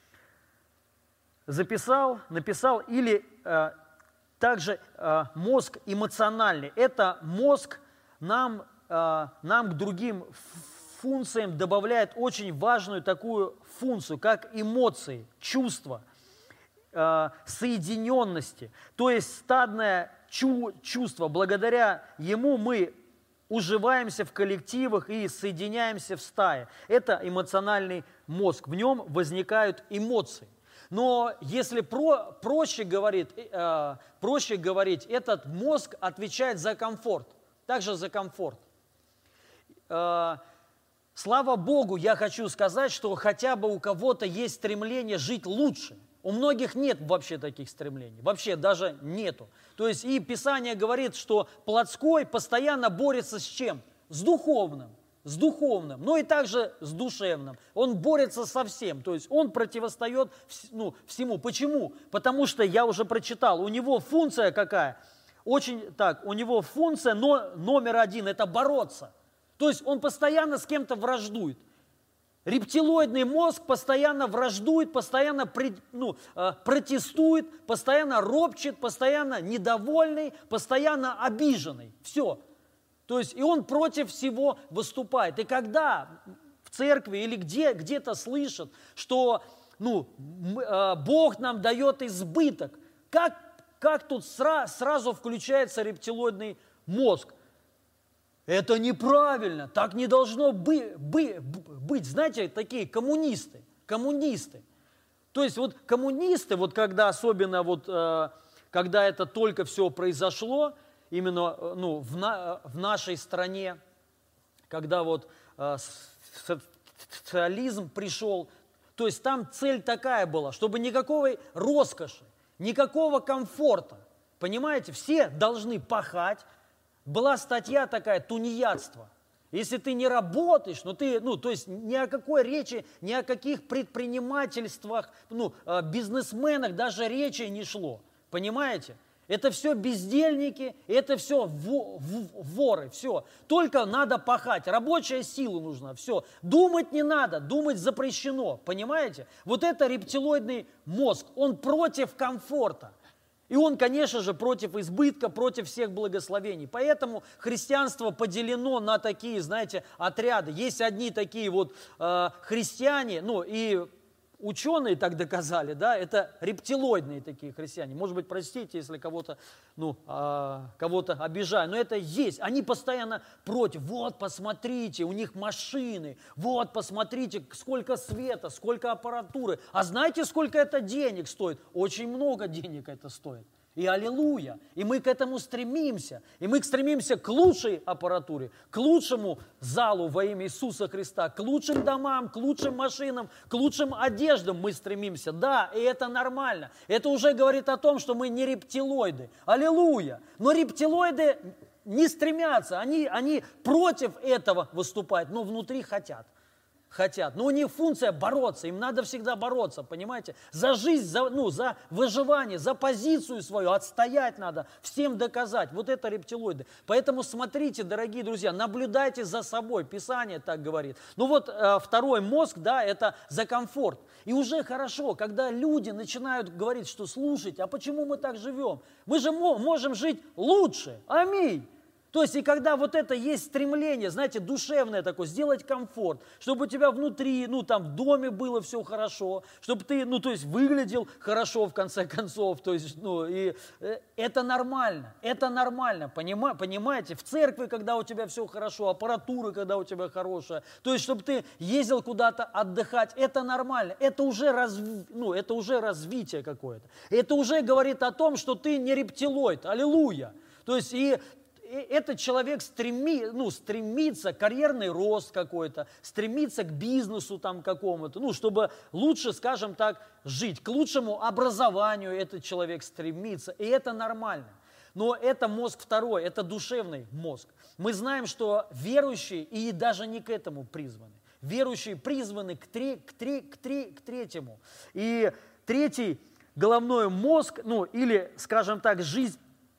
записал, написал, или э, также э, мозг эмоциональный. Это мозг нам нам к другим функциям добавляет очень важную такую функцию, как эмоции, чувства, соединенности. То есть стадное чувство. Благодаря ему мы уживаемся в коллективах и соединяемся в стае. Это эмоциональный мозг. В нем возникают эмоции. Но если про, проще, говорить, э, проще говорить, этот мозг отвечает за комфорт. Также за комфорт. Э, слава Богу, я хочу сказать, что хотя бы у кого-то есть стремление жить лучше. У многих нет вообще таких стремлений, вообще даже нету. То есть и Писание говорит, что плотской постоянно борется с чем? С духовным, с духовным, но и также с душевным. Он борется со всем, то есть он противостоит ну, всему. Почему? Потому что я уже прочитал, у него функция какая? Очень так, у него функция но, номер один – это бороться. То есть он постоянно с кем-то враждует. Рептилоидный мозг постоянно враждует, постоянно ну, протестует, постоянно ропчет, постоянно недовольный, постоянно обиженный. Все. То есть и он против всего выступает. И когда в церкви или где, где-то слышат, что ну, Бог нам дает избыток, как, как тут сра, сразу включается рептилоидный мозг? Это неправильно, так не должно бы, бы, быть. Знаете, такие коммунисты, коммунисты. То есть вот коммунисты, вот когда особенно вот, э, когда это только все произошло, именно ну, в, на, в нашей стране, когда вот э, социализм пришел, то есть там цель такая была, чтобы никакой роскоши, никакого комфорта, понимаете, все должны пахать. Была статья такая, тунеядство. Если ты не работаешь, ну, ты, ну, то есть ни о какой речи, ни о каких предпринимательствах, ну, бизнесменах даже речи не шло. Понимаете? Это все бездельники, это все воры, все. Только надо пахать, рабочая сила нужна, все. Думать не надо, думать запрещено, понимаете? Вот это рептилоидный мозг, он против комфорта. И он, конечно же, против избытка, против всех благословений. Поэтому христианство поделено на такие, знаете, отряды. Есть одни такие вот э, христиане, ну и ученые так доказали, да, это рептилоидные такие христиане. Может быть, простите, если кого-то, ну, э, кого-то обижаю, но это есть. Они постоянно против. Вот, посмотрите, у них машины. Вот, посмотрите, сколько света, сколько аппаратуры. А знаете, сколько это денег стоит? Очень много денег это стоит. И аллилуйя. И мы к этому стремимся. И мы стремимся к лучшей аппаратуре, к лучшему залу во имя Иисуса Христа, к лучшим домам, к лучшим машинам, к лучшим одеждам мы стремимся. Да, и это нормально. Это уже говорит о том, что мы не рептилоиды. Аллилуйя. Но рептилоиды не стремятся. Они, они против этого выступают, но внутри хотят. Хотят. Но у них функция бороться, им надо всегда бороться, понимаете? За жизнь, за, ну, за выживание, за позицию свою, отстоять надо, всем доказать. Вот это рептилоиды. Поэтому смотрите, дорогие друзья, наблюдайте за собой, Писание так говорит. Ну вот э, второй мозг, да, это за комфорт. И уже хорошо, когда люди начинают говорить, что слушайте, а почему мы так живем? Мы же можем жить лучше, аминь. То есть, и когда вот это есть стремление, знаете, душевное такое, сделать комфорт, чтобы у тебя внутри, ну, там, в доме было все хорошо, чтобы ты, ну, то есть, выглядел хорошо, в конце концов, то есть, ну, и э, это нормально, это нормально, понима, понимаете? В церкви, когда у тебя все хорошо, аппаратура, когда у тебя хорошая, то есть, чтобы ты ездил куда-то отдыхать, это нормально, это уже, разви, ну, это уже развитие какое-то, это уже говорит о том, что ты не рептилоид, аллилуйя, то есть, и этот человек стреми, ну, стремится, карьерный рост какой-то, стремится к бизнесу там какому-то, ну, чтобы лучше, скажем так, жить, к лучшему образованию этот человек стремится, и это нормально. Но это мозг второй, это душевный мозг. Мы знаем, что верующие и даже не к этому призваны. Верующие призваны к, тре, к, тре, к, тре, к третьему. И третий головной мозг, ну, или, скажем так, жизнь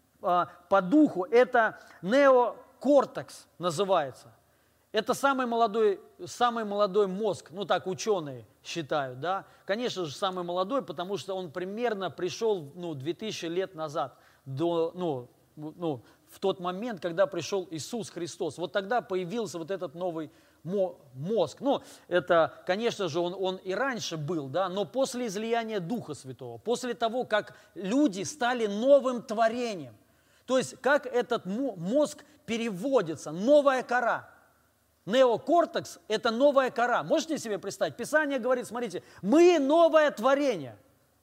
по духу, это неокортекс называется. Это самый молодой, самый молодой мозг, ну так ученые считают, да. Конечно же, самый молодой, потому что он примерно пришел, ну, две тысячи лет назад, до, ну, ну, в тот момент, когда пришел Иисус Христос. Вот тогда появился вот этот новый мозг. Ну, это, конечно же, он, он и раньше был, да, но после излияния Духа Святого, после того, как люди стали новым творением, то есть как этот мозг переводится, новая кора. Неокортекс – это новая кора. Можете себе представить? Писание говорит, смотрите, мы новое творение,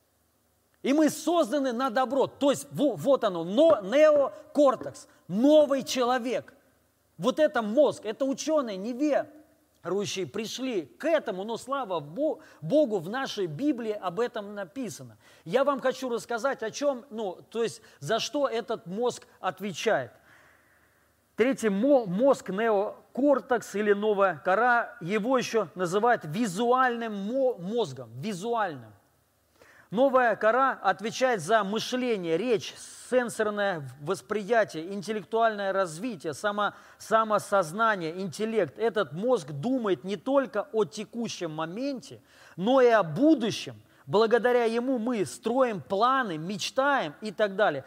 и мы созданы на добро. То есть вот оно, но, неокортекс, новый человек. Вот это мозг, это ученые, неверующие пришли к этому, но слава Богу, в нашей Библии об этом написано. Я вам хочу рассказать, о чем, ну, то есть за что этот мозг отвечает. Третий мозг, неокортекс или новая кора, его еще называют визуальным мозгом, визуальным. Новая кора отвечает за мышление, речь, сенсорное восприятие, интеллектуальное развитие, само, самосознание, интеллект. Этот мозг думает не только о текущем моменте, но и о будущем. Благодаря ему мы строим планы, мечтаем и так далее.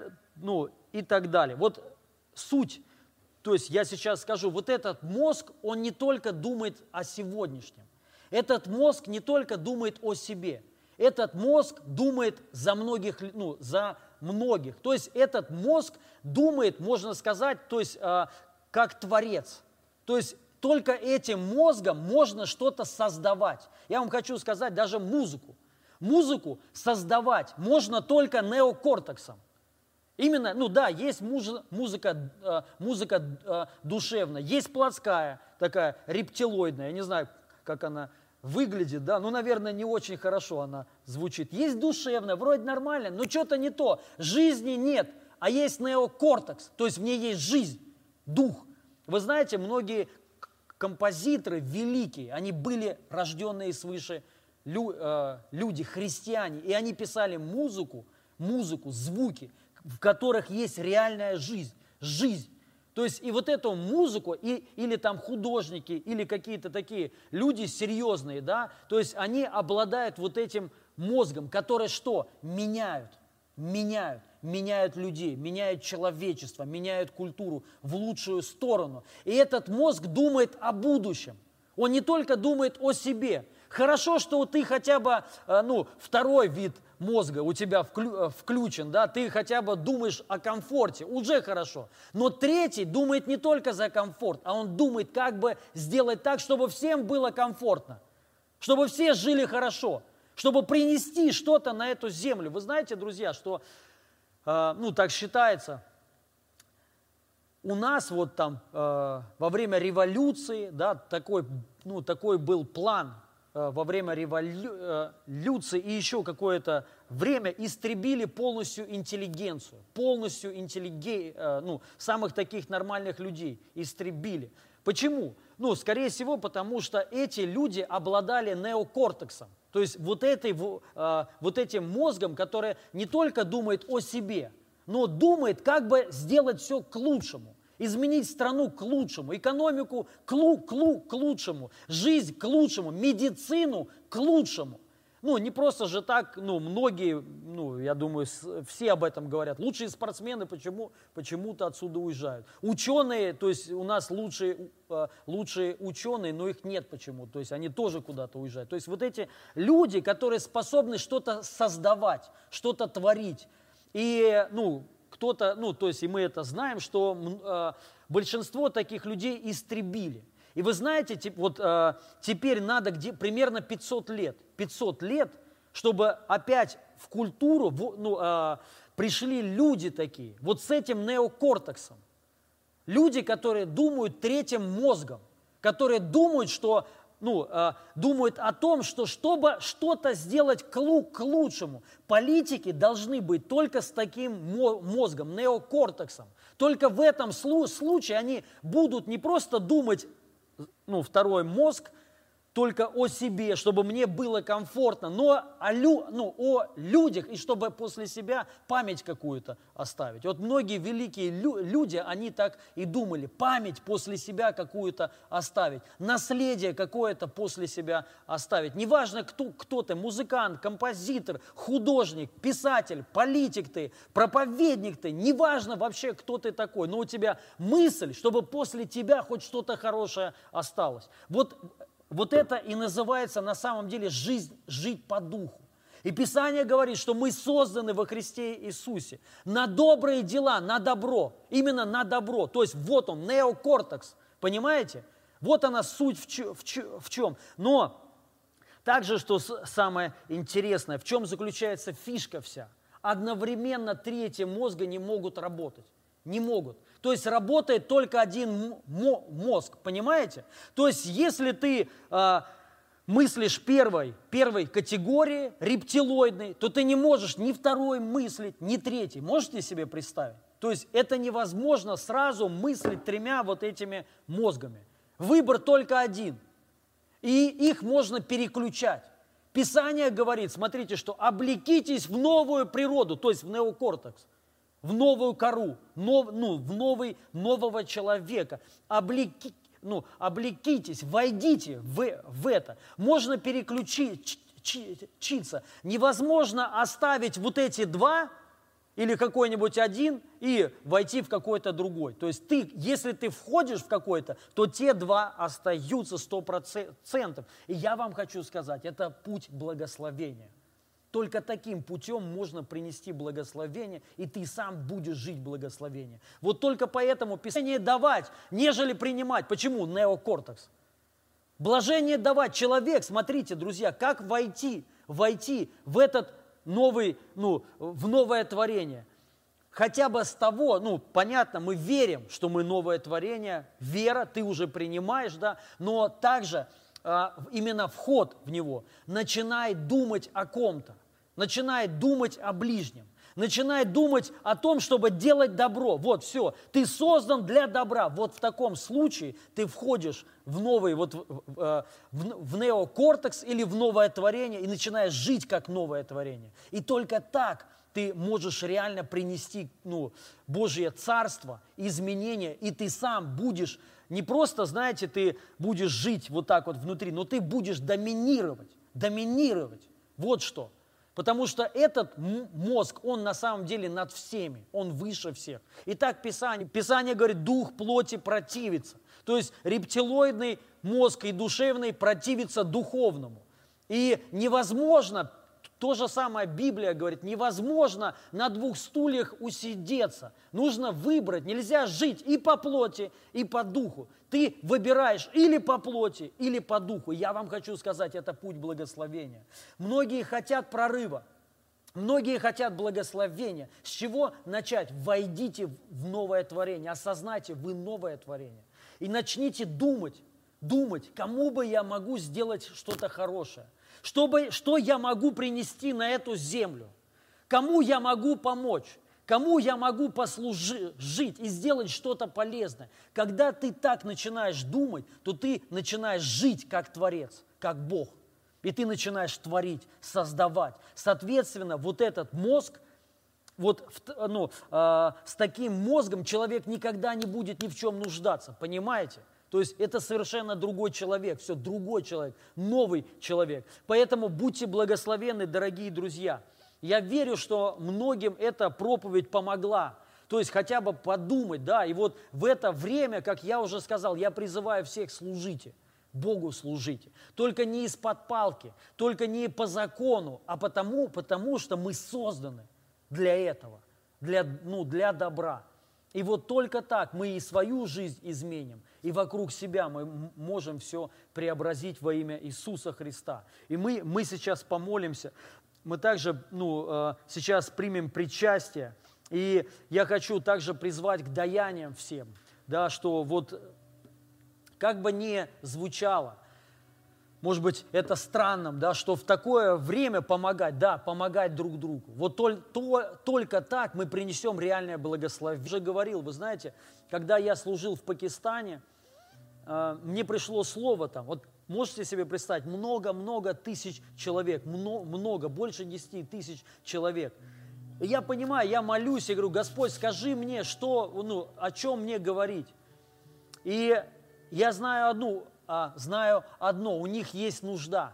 Ну, и так далее. Вот суть. То есть я сейчас скажу, вот этот мозг, он не только думает о сегодняшнем. Этот мозг не только думает о себе. Этот мозг думает за многих, ну, за многих. То есть этот мозг думает, можно сказать, то есть э, как творец. То есть только этим мозгом можно что-то создавать. Я вам хочу сказать, даже музыку. Музыку создавать можно только неокортексом. Именно, ну да, есть музыка, музыка, э, музыка э, душевная, есть плотская, такая рептилоидная, я не знаю, как она выглядит, да, ну, наверное, не очень хорошо она звучит. Есть душевная, вроде нормально, но что-то не то. Жизни нет, а есть неокортекс, то есть в ней есть жизнь, дух. Вы знаете, многие композиторы великие, они были рожденные свыше лю, э, люди, христиане, и они писали музыку, музыку, звуки, в которых есть реальная жизнь, жизнь. То есть и вот эту музыку, и, или там художники, или какие-то такие люди серьезные, да, то есть они обладают вот этим мозгом, который что? Меняют, меняют, меняют людей, меняют человечество, меняют культуру в лучшую сторону. И этот мозг думает о будущем. Он не только думает о себе. Хорошо, что ты хотя бы, ну, второй вид мозга у тебя включен, да, ты хотя бы думаешь о комфорте, уже хорошо. Но третий думает не только за комфорт, а он думает, как бы сделать так, чтобы всем было комфортно, чтобы все жили хорошо, чтобы принести что-то на эту землю. Вы знаете, друзья, что, э, ну, так считается, у нас вот там э, во время революции, да, такой, ну, такой был план, во время революции и еще какое-то время истребили полностью интеллигенцию, полностью интеллиге, ну, самых таких нормальных людей истребили. Почему? Ну, скорее всего, потому что эти люди обладали неокортексом, то есть вот, этой, вот этим мозгом, который не только думает о себе, но думает, как бы сделать все к лучшему. Изменить страну к лучшему, экономику к, лу, к, лу, к лучшему, жизнь к лучшему, медицину к лучшему. Ну, не просто же так, ну, многие, ну, я думаю, все об этом говорят. Лучшие спортсмены почему, почему-то отсюда уезжают. Ученые, то есть у нас лучшие, лучшие ученые, но их нет почему-то, то есть они тоже куда-то уезжают. То есть вот эти люди, которые способны что-то создавать, что-то творить, и, ну, кто-то, ну, то есть и мы это знаем, что э, большинство таких людей истребили. И вы знаете, тип, вот э, теперь надо где, примерно пятьсот лет, пятьсот лет, чтобы опять в культуру в, ну, э, пришли люди такие, вот с этим неокортексом. Люди, которые думают третьим мозгом, которые думают, что... Ну, э, думают о том, что чтобы что-то сделать к, к лучшему, политики должны быть только с таким мозгом, неокортексом. Только в этом случае они будут не просто думать, ну, второй мозг, только о себе, чтобы мне было комфортно, но о, лю, ну, о людях, и чтобы после себя память какую-то оставить. Вот многие великие лю, люди, они так и думали, память после себя какую-то оставить, наследие какое-то после себя оставить. Неважно, кто, кто ты, музыкант, композитор, художник, писатель, политик ты, проповедник ты, неважно вообще, кто ты такой, но у тебя мысль, чтобы после тебя хоть что-то хорошее осталось. Вот Вот это и называется на самом деле жизнь, жить по духу. И Писание говорит, что мы созданы во Христе Иисусе на добрые дела, на добро, именно на добро. То есть вот он, неокортекс, понимаете? Вот она суть в, ч, в, ч, в чем. Но также, что самое интересное, в чем заключается фишка вся? Одновременно третьи мозга не могут работать. Не могут. То есть работает только один мозг, понимаете? То есть если ты э, мыслишь первой, первой категории, рептилоидной, то ты не можешь ни второй мыслить, ни третий. Можете себе представить? То есть это невозможно сразу мыслить тремя вот этими мозгами. Выбор только один. И их можно переключать. Писание говорит, смотрите, что облекитесь в новую природу, то есть в неокортекс. В новую кору, нов, ну, в новый, нового человека. Облеки, ну, облекитесь, войдите в, в это. Можно переключиться. Невозможно оставить вот эти два или какой-нибудь один и войти в какой-то другой. То есть ты, если ты входишь в какой-то, то те два остаются сто процентов. И я вам хочу сказать, это путь благословения. Только таким путем можно принести благословение, и ты сам будешь жить благословение. Вот только поэтому Писание давать, нежели принимать. Почему? Неокортекс. Блажение давать. Человек, смотрите, друзья, как войти, войти в этот новый, ну, в новое творение. Хотя бы с того, ну, понятно, мы верим, что мы новое творение, вера, ты уже принимаешь, да, но также а, именно вход в него. Начинай думать о ком-то. Начинает думать о ближнем, начинает думать о том, чтобы делать добро. Вот, все, ты создан для добра. Вот в таком случае ты входишь в новый, вот, в, в неокортекс или в новое творение и начинаешь жить как новое творение. И только так ты можешь реально принести, ну, Божье Царство, изменения, и ты сам будешь, не просто, знаете, ты будешь жить вот так вот внутри, но ты будешь доминировать, доминировать. Вот что. Потому что этот мозг, он на самом деле над всеми, он выше всех. Итак, Писание, Писание говорит, дух плоти противится. То есть рептилоидный мозг и душевный противится духовному. И невозможно, то же самое Библия говорит, невозможно на двух стульях усидеться. Нужно выбрать, нельзя жить и по плоти, и по духу. Ты выбираешь или по плоти, или по духу. Я вам хочу сказать, это путь благословения. Многие хотят прорыва, многие хотят благословения. С чего начать? Войдите в новое творение, осознайте, вы новое творение. И начните думать, думать, кому бы я могу сделать что-то хорошее. Чтобы, что я могу принести на эту землю? Кому я могу помочь? Кому я могу послужить и сделать что-то полезное? Когда ты так начинаешь думать, то ты начинаешь жить как Творец, как Бог. И ты начинаешь творить, создавать. Соответственно, вот этот мозг, вот ну, э, с таким мозгом человек никогда не будет ни в чем нуждаться, понимаете? То есть это совершенно другой человек, все, другой человек, новый человек. Поэтому будьте благословенны, дорогие друзья. Я верю, что многим эта проповедь помогла. То есть хотя бы подумать, да, и вот в это время, как я уже сказал, я призываю всех, служите, Богу служите. Только не из-под палки, только не по закону, а потому, потому что мы созданы для этого, для, ну, для добра. И вот только так мы и свою жизнь изменим, и вокруг себя мы можем все преобразить во имя Иисуса Христа. И мы, мы сейчас помолимся, мы также ну, сейчас примем причастие, и я хочу также призвать к даяниям всем, да, что вот как бы ни звучало, может быть, это странным, да, что в такое время помогать, да, помогать друг другу. Вот то, то, только так мы принесем реальное благословение. Я уже говорил, вы знаете, когда я служил в Пакистане, э, мне пришло слово там, вот можете себе представить, много-много тысяч человек, много, много, больше десяти тысяч человек. И я понимаю, я молюсь, я говорю, Господь, скажи мне, что, ну, о чем мне говорить. И я знаю одну, а, знаю одно, у них есть нужда.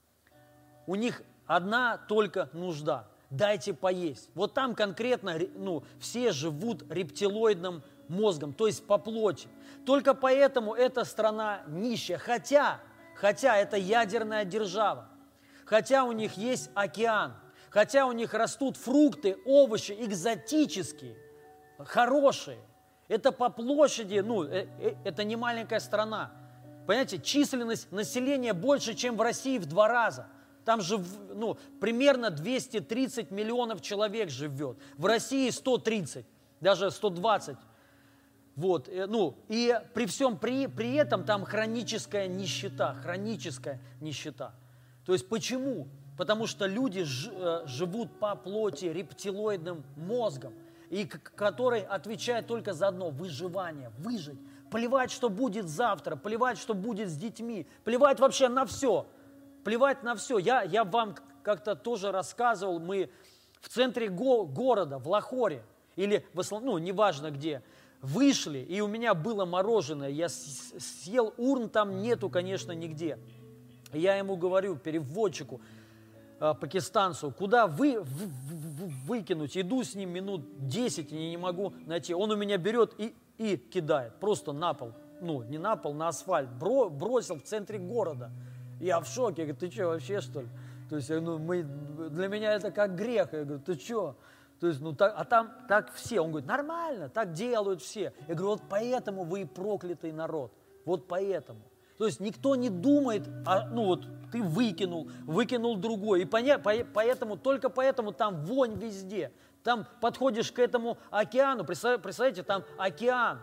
У них одна только нужда. Дайте поесть. Вот там конкретно, ну, все живут рептилоидным мозгом, то есть по плоти. Только поэтому эта страна нищая. Хотя, хотя это ядерная держава. Хотя у них есть океан. Хотя у них растут фрукты, овощи экзотические, хорошие. Это по площади, ну, это не маленькая страна. Понимаете, численность населения больше, чем в России в два раза. Там же, ну, примерно двести тридцать миллионов человек живет. В России сто тридцать, даже сто двадцать. Вот, ну, и при всем при, при этом там хроническая нищета, хроническая нищета. То есть почему? Потому что люди ж, живут по плоти, рептилоидным мозгом, и который отвечает только за одно – выживание, выжить. Плевать, что будет завтра, плевать, что будет с детьми, плевать вообще на все. Плевать на все. Я, я вам как-то тоже рассказывал, мы в центре го, города, в Лахоре, или, в основном, ну, неважно где, вышли, и у меня было мороженое, я съел, урн там нету, конечно, нигде. Я ему говорю, переводчику, э, пакистанцу, куда вы, в, в, выкинуть, иду с ним минут десять, и не могу найти. Он у меня берет и, и кидает, просто на пол, ну, не на пол, на асфальт, бро, бросил в центре города. Я в шоке, я говорю, ты что, вообще, что ли? То есть, ну, мы, для меня это как грех. Я говорю, ты что? То есть, ну, так, а там так все. Он говорит, нормально, так делают все. Я говорю, вот поэтому вы и проклятый народ. Вот поэтому. То есть, никто не думает, а, ну, вот, ты выкинул, выкинул другой. И поня, по, поэтому, только поэтому там вонь везде. Там подходишь к этому океану, представляете, там океан.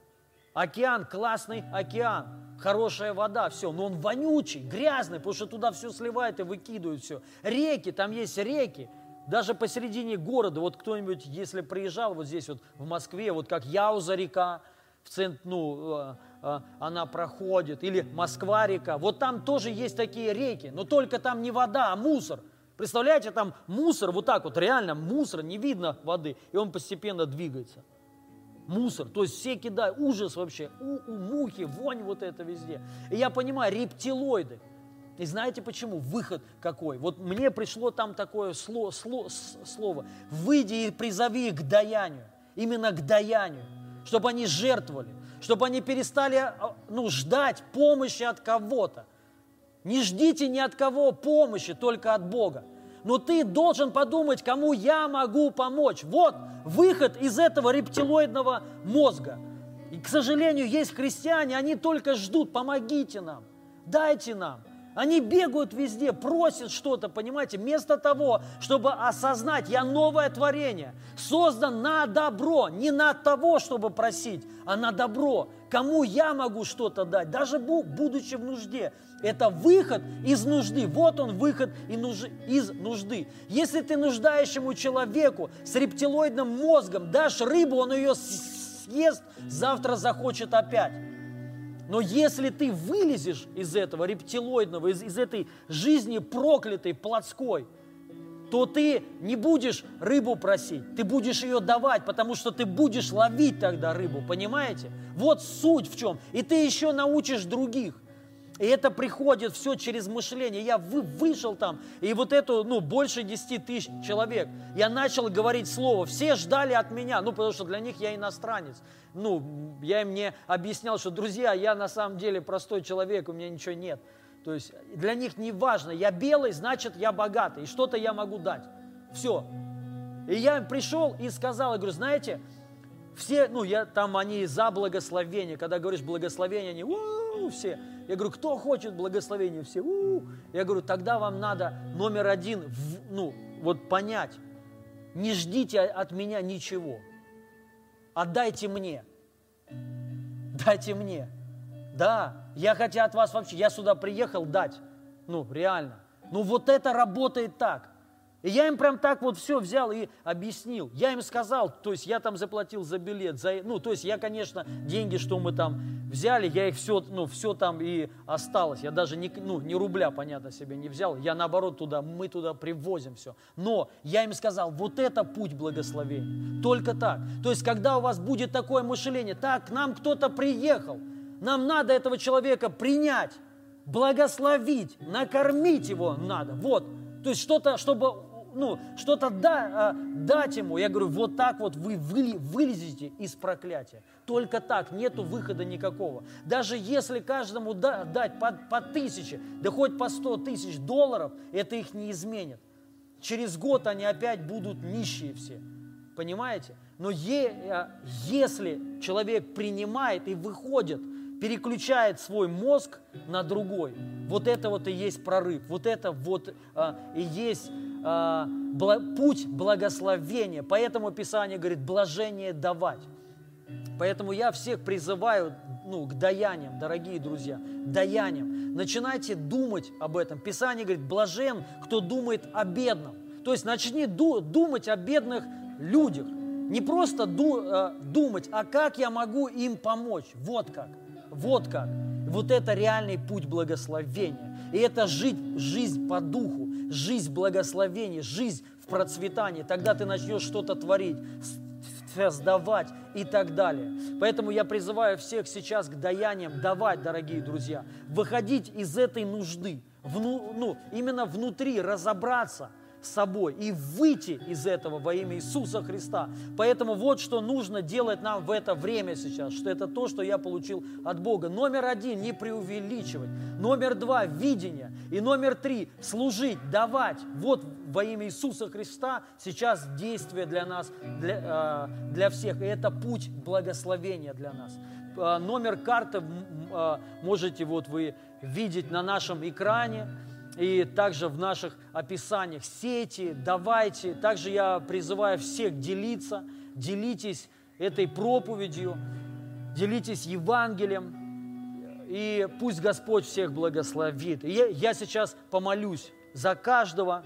Океан, классный океан. Хорошая вода, все, но он вонючий, грязный, потому что туда все сливает и выкидывают все. Реки, там есть реки, даже посередине города, вот кто-нибудь, если приезжал вот здесь вот в Москве, вот как Яуза река, в центр, ну, она проходит, или Москва-река, вот там тоже есть такие реки, но только там не вода, а мусор. Представляете, там мусор, вот так вот, реально мусор, не видно воды, и он постепенно двигается. Мусор, то есть все кидают, ужас вообще, у, у, мухи, вонь вот это везде. И я понимаю, рептилоиды. И знаете почему? Выход какой? Вот мне пришло там такое слово, слово, слово. Выйди и призови их к даянию. Именно к даянию. Чтобы они жертвовали. Чтобы они перестали, ну, ждать помощи от кого-то. Не ждите ни от кого помощи, только от Бога. Но ты должен подумать, кому я могу помочь. Вот выход из этого рептилоидного мозга. И, к сожалению, есть христиане, они только ждут, помогите нам, дайте нам. Они бегают везде, просят что-то, понимаете, вместо того, чтобы осознать, я новое творение, создан на добро, не на того, чтобы просить, а на добро. Кому я могу что-то дать, даже будучи в нужде. Это выход из нужды. Вот он, выход из нужды. Если ты нуждающему человеку с рептилоидным мозгом дашь рыбу, он ее съест, завтра захочет опять. Но если ты вылезешь из этого рептилоидного, из, из этой жизни проклятой, плотской, то ты не будешь рыбу просить, ты будешь ее давать, потому что ты будешь ловить тогда рыбу, понимаете? Вот суть в чем. И ты еще научишь других. И это приходит все через мышление. Я вы, вышел там, и вот эту, ну, больше десяти тысяч человек, я начал говорить слово. Все ждали от меня, ну, потому что для них я иностранец. Ну, я им не объяснял, что, друзья, я на самом деле простой человек, у меня ничего нет. То есть для них не важно, я белый, значит, я богатый, и что-то я могу дать. Все. И я пришел и сказал, я говорю, знаете, все, ну, я, там они за благословение, когда говоришь благословение, они у-у-у, все. Я говорю, кто хочет благословения? Все, у-у-у. Я говорю, тогда вам надо номер один, в, ну, вот понять, не ждите от меня ничего, отдайте мне, дайте мне. Да, я хотя от вас вообще, я сюда приехал дать, ну, реально. Ну, вот это работает так. И я им прям так вот все взял и объяснил. Я им сказал, то есть я там заплатил за билет, за, ну, то есть я, конечно, деньги, что мы там взяли, я их все, ну, все там и осталось. Я даже ни, ну, ни рубля, понятно, себе не взял. Я, наоборот, туда, мы туда привозим все. Но я им сказал, вот это путь благословения. Только так. То есть, когда у вас будет такое мышление, так, к нам кто-то приехал, нам надо этого человека принять, благословить, накормить его надо. Вот. То есть, что-то, чтобы... Ну, что-то да, дать ему. Я говорю, вот так вот вы вылезете из проклятия. Только так, нету выхода никакого. Даже если каждому дать по, по тысяче, да хоть по сто тысяч долларов, это их не изменит. Через год они опять будут нищие все. Понимаете? Но е, если человек принимает и выходит, переключает свой мозг на другой, вот это вот и есть прорыв. Вот это вот а, и есть... путь благословения. Поэтому Писание говорит, блажение давать. Поэтому я всех призываю ну, к даяниям, дорогие друзья, даяниям. Начинайте думать об этом. Писание говорит, блажен, кто думает о бедном. То есть начни ду- думать о бедных людях. Не просто ду- э, думать, а как я могу им помочь. Вот как. Вот как. Вот это реальный путь благословения. И это жить, жизнь по духу, жизнь благословения, жизнь в процветании. Тогда ты начнешь что-то творить, создавать и так далее. Поэтому я призываю всех сейчас к даяниям давать, дорогие друзья. Выходить из этой нужды, вну, ну, именно внутри разобраться с собой и выйти из этого во имя Иисуса Христа. Поэтому вот что нужно делать нам в это время сейчас, что это то, что я получил от Бога. Номер один – не преувеличивать. Номер два – видение. И номер три – служить, давать. Вот во имя Иисуса Христа сейчас действие для нас, для, для всех. И это путь благословения для нас. Номер карты можете вот вы видеть на нашем экране. И также в наших описаниях сейте, давайте. Также я призываю всех делиться, делитесь этой проповедью, делитесь Евангелием, и пусть Господь всех благословит. И я, я сейчас помолюсь за каждого,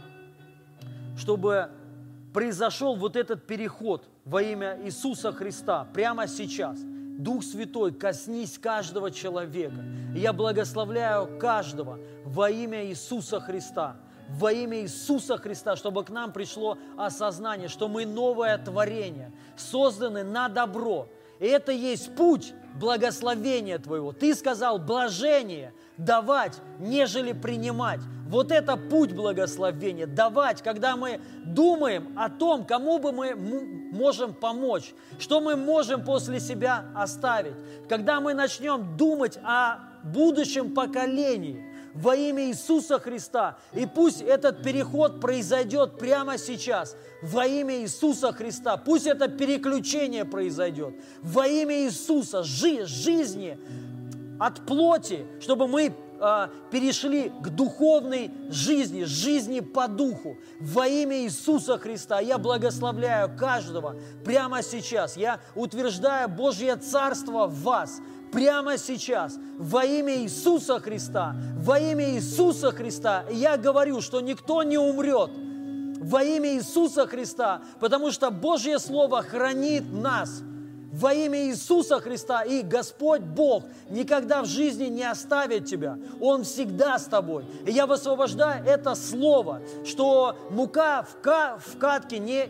чтобы произошел вот этот переход во имя Иисуса Христа прямо сейчас. Дух Святой, коснись каждого человека. И я благословляю каждого во имя Иисуса Христа. Во имя Иисуса Христа, чтобы к нам пришло осознание, что мы новое творение, созданы на добро. И это есть путь благословения твоего. Ты сказал блажение давать, нежели принимать. Вот это путь благословения. Давать, когда мы думаем о том, кому бы мы можем помочь, что мы можем после себя оставить. Когда мы начнем думать о будущем поколении во имя Иисуса Христа. И пусть этот переход произойдет прямо сейчас во имя Иисуса Христа. Пусть это переключение произойдет во имя Иисуса, жи- жизни от плоти, чтобы мы э, перешли к духовной жизни, жизни по духу во имя Иисуса Христа. Я благословляю каждого прямо сейчас. Я утверждаю Божье Царство в вас. Прямо сейчас, во имя Иисуса Христа, во имя Иисуса Христа, я говорю, что никто не умрет во имя Иисуса Христа, потому что Божье Слово хранит нас во имя Иисуса Христа, и Господь Бог никогда в жизни не оставит тебя. Он всегда с тобой. И я высвобождаю это слово, что мука в, ка- в катке не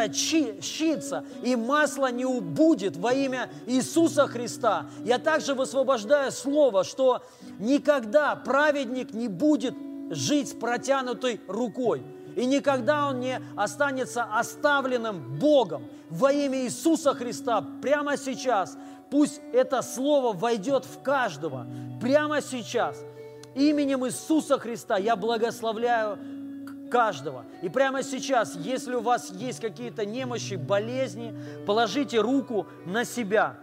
истощится, и масло не убудет во имя Иисуса Христа. Я также высвобождаю слово, что никогда праведник не будет жить с протянутой рукой. И никогда он не останется оставленным Богом. Во имя Иисуса Христа прямо сейчас пусть это слово войдет в каждого. Прямо сейчас именем Иисуса Христа я благословляю каждого. И прямо сейчас, если у вас есть какие-то немощи, болезни, положите руку на себя.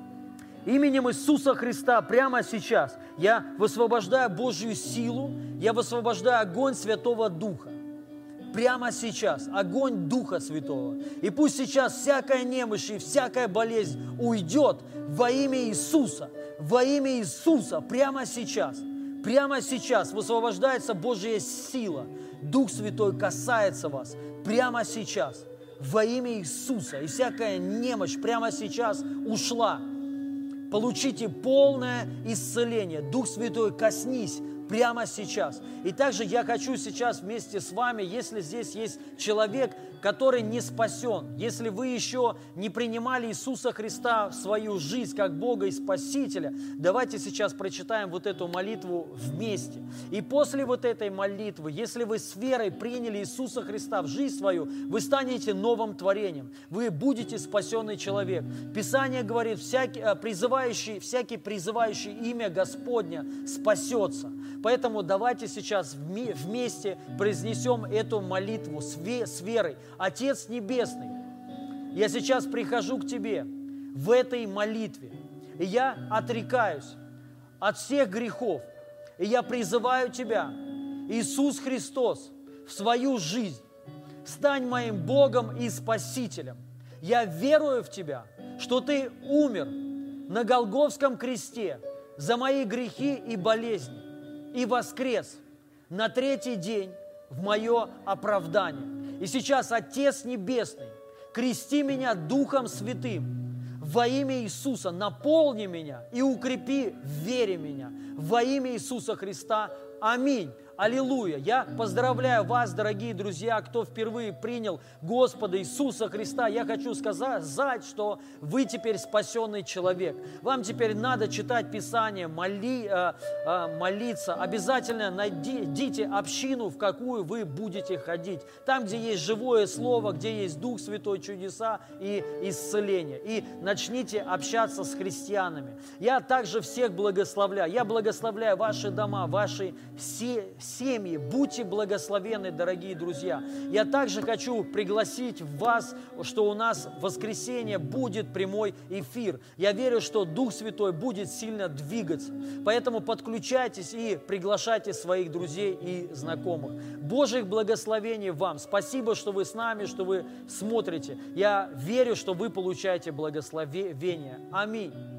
Именем Иисуса Христа прямо сейчас я высвобождаю Божью силу, я высвобождаю огонь Святого Духа. Прямо сейчас огонь Духа Святого. И пусть сейчас всякая немощь и всякая болезнь уйдет во имя Иисуса. Во имя Иисуса прямо сейчас. Прямо сейчас высвобождается Божья сила. Дух Святой касается вас прямо сейчас. Во имя Иисуса. И всякая немощь прямо сейчас ушла. Получите полное исцеление. Дух Святой, коснись прямо сейчас. И также я хочу сейчас вместе с вами, если здесь есть человек, который не спасен, если вы еще не принимали Иисуса Христа в свою жизнь как Бога и Спасителя, давайте сейчас прочитаем вот эту молитву вместе. И после вот этой молитвы, если вы с верой приняли Иисуса Христа в жизнь свою, вы станете новым творением, вы будете спасенный человек. Писание говорит, всякий призывающий, всякий призывающий имя Господня спасется. Поэтому давайте сейчас вместе произнесем эту молитву с верой. Отец Небесный, я сейчас прихожу к Тебе в этой молитве, и я отрекаюсь от всех грехов, и я призываю Тебя, Иисус Христос, в свою жизнь. Стань моим Богом и Спасителем. Я верую в Тебя, что Ты умер на Голгофском кресте за мои грехи и болезни, и воскрес на третий день в мое оправдание. И сейчас, Отец Небесный, крести меня Духом Святым во имя Иисуса, наполни меня и укрепи в вере меня во имя Иисуса Христа. Аминь. Аллилуйя! Я поздравляю вас, дорогие друзья, кто впервые принял Господа Иисуса Христа. Я хочу сказать, что вы теперь спасенный человек. Вам теперь надо читать Писание, моли, э, э, молиться. Обязательно найдите общину, в какую вы будете ходить. Там, где есть живое Слово, где есть Дух Святой, чудеса и исцеление. И начните общаться с христианами. Я также всех благословляю. Я благословляю ваши дома, ваши семьи. Семьи, будьте благословенны, дорогие друзья. Я также хочу пригласить вас, что у нас в воскресенье будет прямой эфир. Я верю, что Дух Святой будет сильно двигаться. Поэтому подключайтесь и приглашайте своих друзей и знакомых. Божьих благословений вам. Спасибо, что вы с нами, что вы смотрите. Я верю, что вы получаете благословение. Аминь.